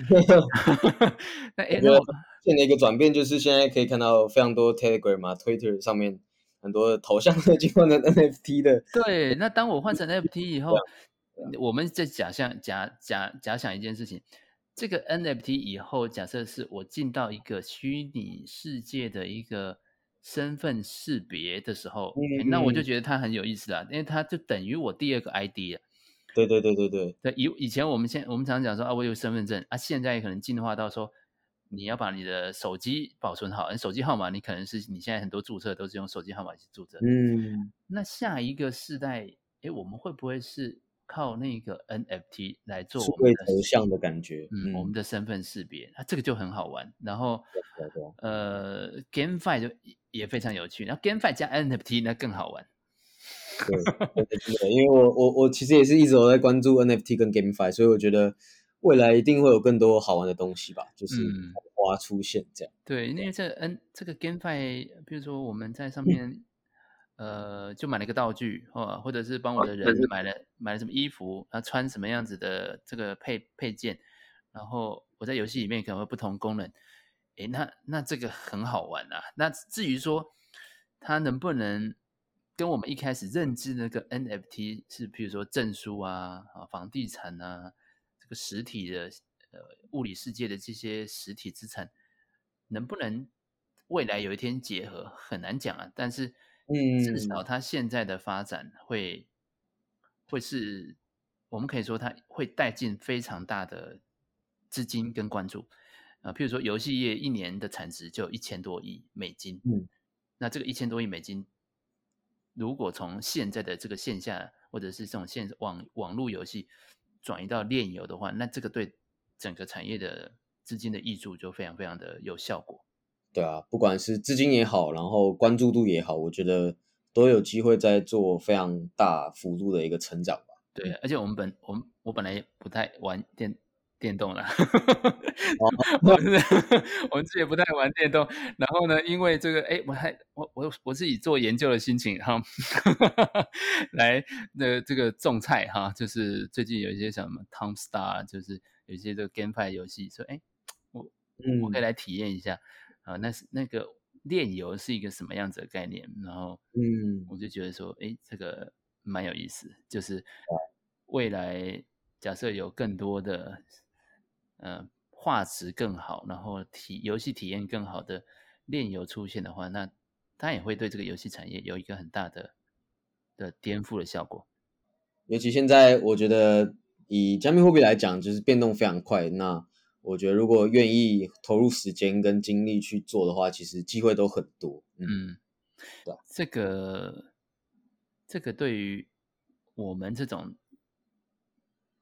那诶， 我觉得那我现在的一个转变就是现在可以看到非常多 Telegram 啊、Twitter 上面很多头像都已经换成 N F T 的， 对，那当我换成 N F T 以这样后，我们再假象假假假想一件事情，这个 N F T 以后，假设是我进到一个虚拟世界的一个身份识别的时候，诶那我就嗯， 觉得它很有意思啦，因为它就等于我第二个 I D 了。 对对对对对， 对，以以前我们现我们常讲说啊，我有身份证啊，现在可能进化到说，你要把你的手机保存好，手机号码你可能是你现在很多注册都是用手机号码去注册。 嗯， 那下一个世代，诶，我们会不会是靠那个 N F T 来做数位我们的头像的感觉， 嗯，我们嗯， 的身份识别？那这个就很好玩。然后， 对对对。 呃，GameFi 就也也非常有趣，然后 GameFi 加 N F T 那更好玩。 对，真的真的，因为我我我其实也是一直有在关注 N F T 跟 GameFi，所以我觉得未来一定会有更多好玩的东西吧，就是嗯。 昙花出现这样。 对，因为这个 N 这个 GameFi，比如说我们在上面，呃，就买了一个道具，或或者是帮我的人买了买了什么衣服，他穿什么样子的这个配配件，然后我在游戏里面可能会不同功能，诶，那那这个很好玩啊。那至于说它能不能跟我们一开始认知的那个 N F T 是，譬如说证书啊、啊房地产啊，这个实体的呃物理世界的这些实体资产，能不能未来有一天结合，很难讲啊。但是至少嗯， 它现在的发展会会是，我们可以说它会带进非常大的资金跟关注。啊，譬如说游戏业一年的产值就有一千多亿美金， 嗯， 那这个一千多亿美金，如果从现在的这个线下或者是这种线网网络游戏转移到链游的话，那这个对整个产业的资金的益注就非常非常的有效果。 对啊，不管是资金也好，然后关注度也好，我觉得都有机会在做非常大幅度的一个成长吧。 对， 嗯， 而且我们本我们我本来也不太玩电电动啦， 哦， 我是我们自己也不太玩电动。然后呢，因为这个，哎，我还我我我是以做研究的心情哈，来的这个种菜哈，就是最近有一些什么 Tom Star，就是有一些这个 GameFi 游戏，说哎，我我可以嗯来体验一下啊，那是那个炼油是一个什么样子的概念？然后嗯， 我就觉得说，哎，这个蛮有意思，就是未来假设有更多的呃画质更好，然后体游戏体验更好的炼油出现的话，那它也会对这个游戏产业有一个很大的的颠覆的效果。 尤其现在我觉得以加密货币来讲，就是变动非常快。那我觉得如果愿意投入时间跟精力去做的话，其实机会都很多。嗯， 嗯， 对啊， 这个这个对于我们这种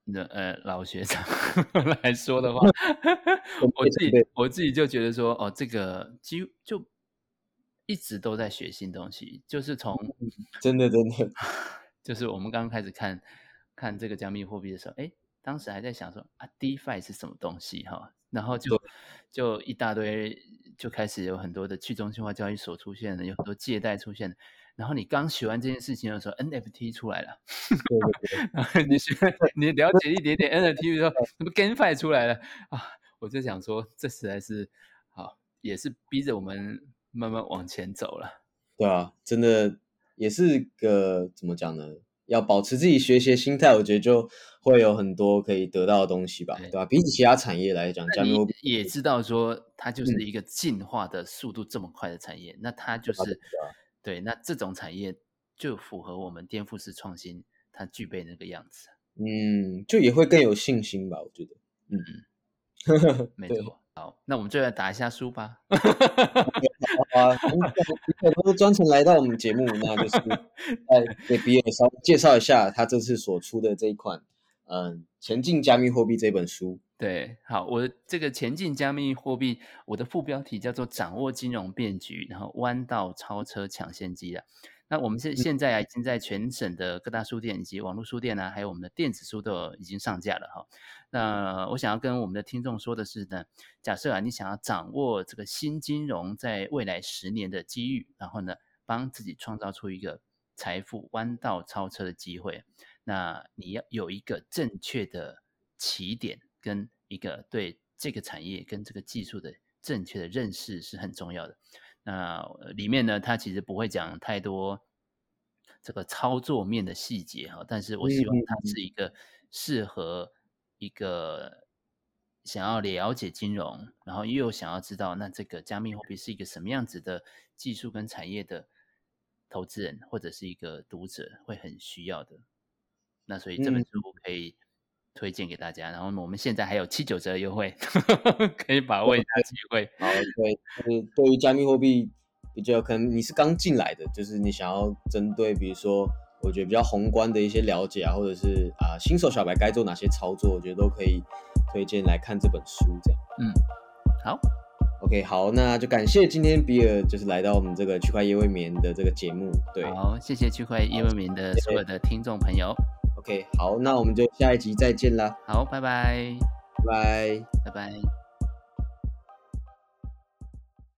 的呃老学长来说的话，我自己我自己就觉得说，哦，这个几乎就一直都在学新东西，就是从真的真的， 就是我们刚刚开始看看这个加密货币的时候，哎，当时还在想说啊，DeFi 是什么东西哈，然后就就一大堆就开始有很多的去中心化交易所出现了，有很多借贷出现了。然后你刚学完这件事情的时候 ，N F T 出来了， 对对对， 然后你学你了解一点点 N F T 的时候，什么 GameFi 出来了啊，我就想说，这实在是好，也是逼着我们慢慢往前走了。 对啊，真的也是个怎么讲呢？要保持自己学习的心态，我觉得就会有很多可以得到的东西吧，对吧、比起其他产业来讲， 那你加密货币也知道说，它就是一个进化的速度这么快的产业，那它就是对，那这种产业就符合我们颠覆式创新它具备那个样子。 嗯，就也会更有信心吧，我觉得。 嗯，没错。好，那我们就来打一下书吧。 好啊，比尔都专程来到我们节目，那就是再给比尔稍微介绍一下他这次所出的这一款，嗯，《前进加密货币》这本书。 对，好，我这个前进加密货币，我的副标题叫做掌握金融变局，然后弯道超车抢先机啊。那我们现现在啊，已经在全省的各大书店以及网络书店啊，还有我们的电子书都有已经上架了哈。那我想要跟我们的听众说的是呢，假设啊，你想要掌握这个新金融在未来十年的机遇，然后呢，帮自己创造出一个财富弯道超车的机会，那你要有一个正确的起点。跟一个对这个产业跟这个技术的正确的认识是很重要的。那里面呢，它其实不会讲太多这个操作面的细节哈，但是我希望它是一个适合一个想要了解金融，然后又想要知道那这个加密货币是一个什么样子的技术跟产业的投资人或者是一个读者会很需要的。那所以这本书可以推荐给大家，然后我们现在还有七九折优惠，可以把握一下机会。 好，对，就是对于加密货币比较可能你是刚进来的，就是你想要针对比如说我觉得比较宏观的一些了解啊，或者是啊、呃、新手小白该做哪些操作，我觉得都可以推荐来看这本书这样。 嗯，好 ，OK， 好，那就感谢今天比尔就是来到我们这个区块夜未眠的这个节目。对， 好，谢谢区块夜未眠的所有的听众朋友。 OK， 好，那我们就下一集再见啦。 好，拜拜， 拜拜， 拜拜。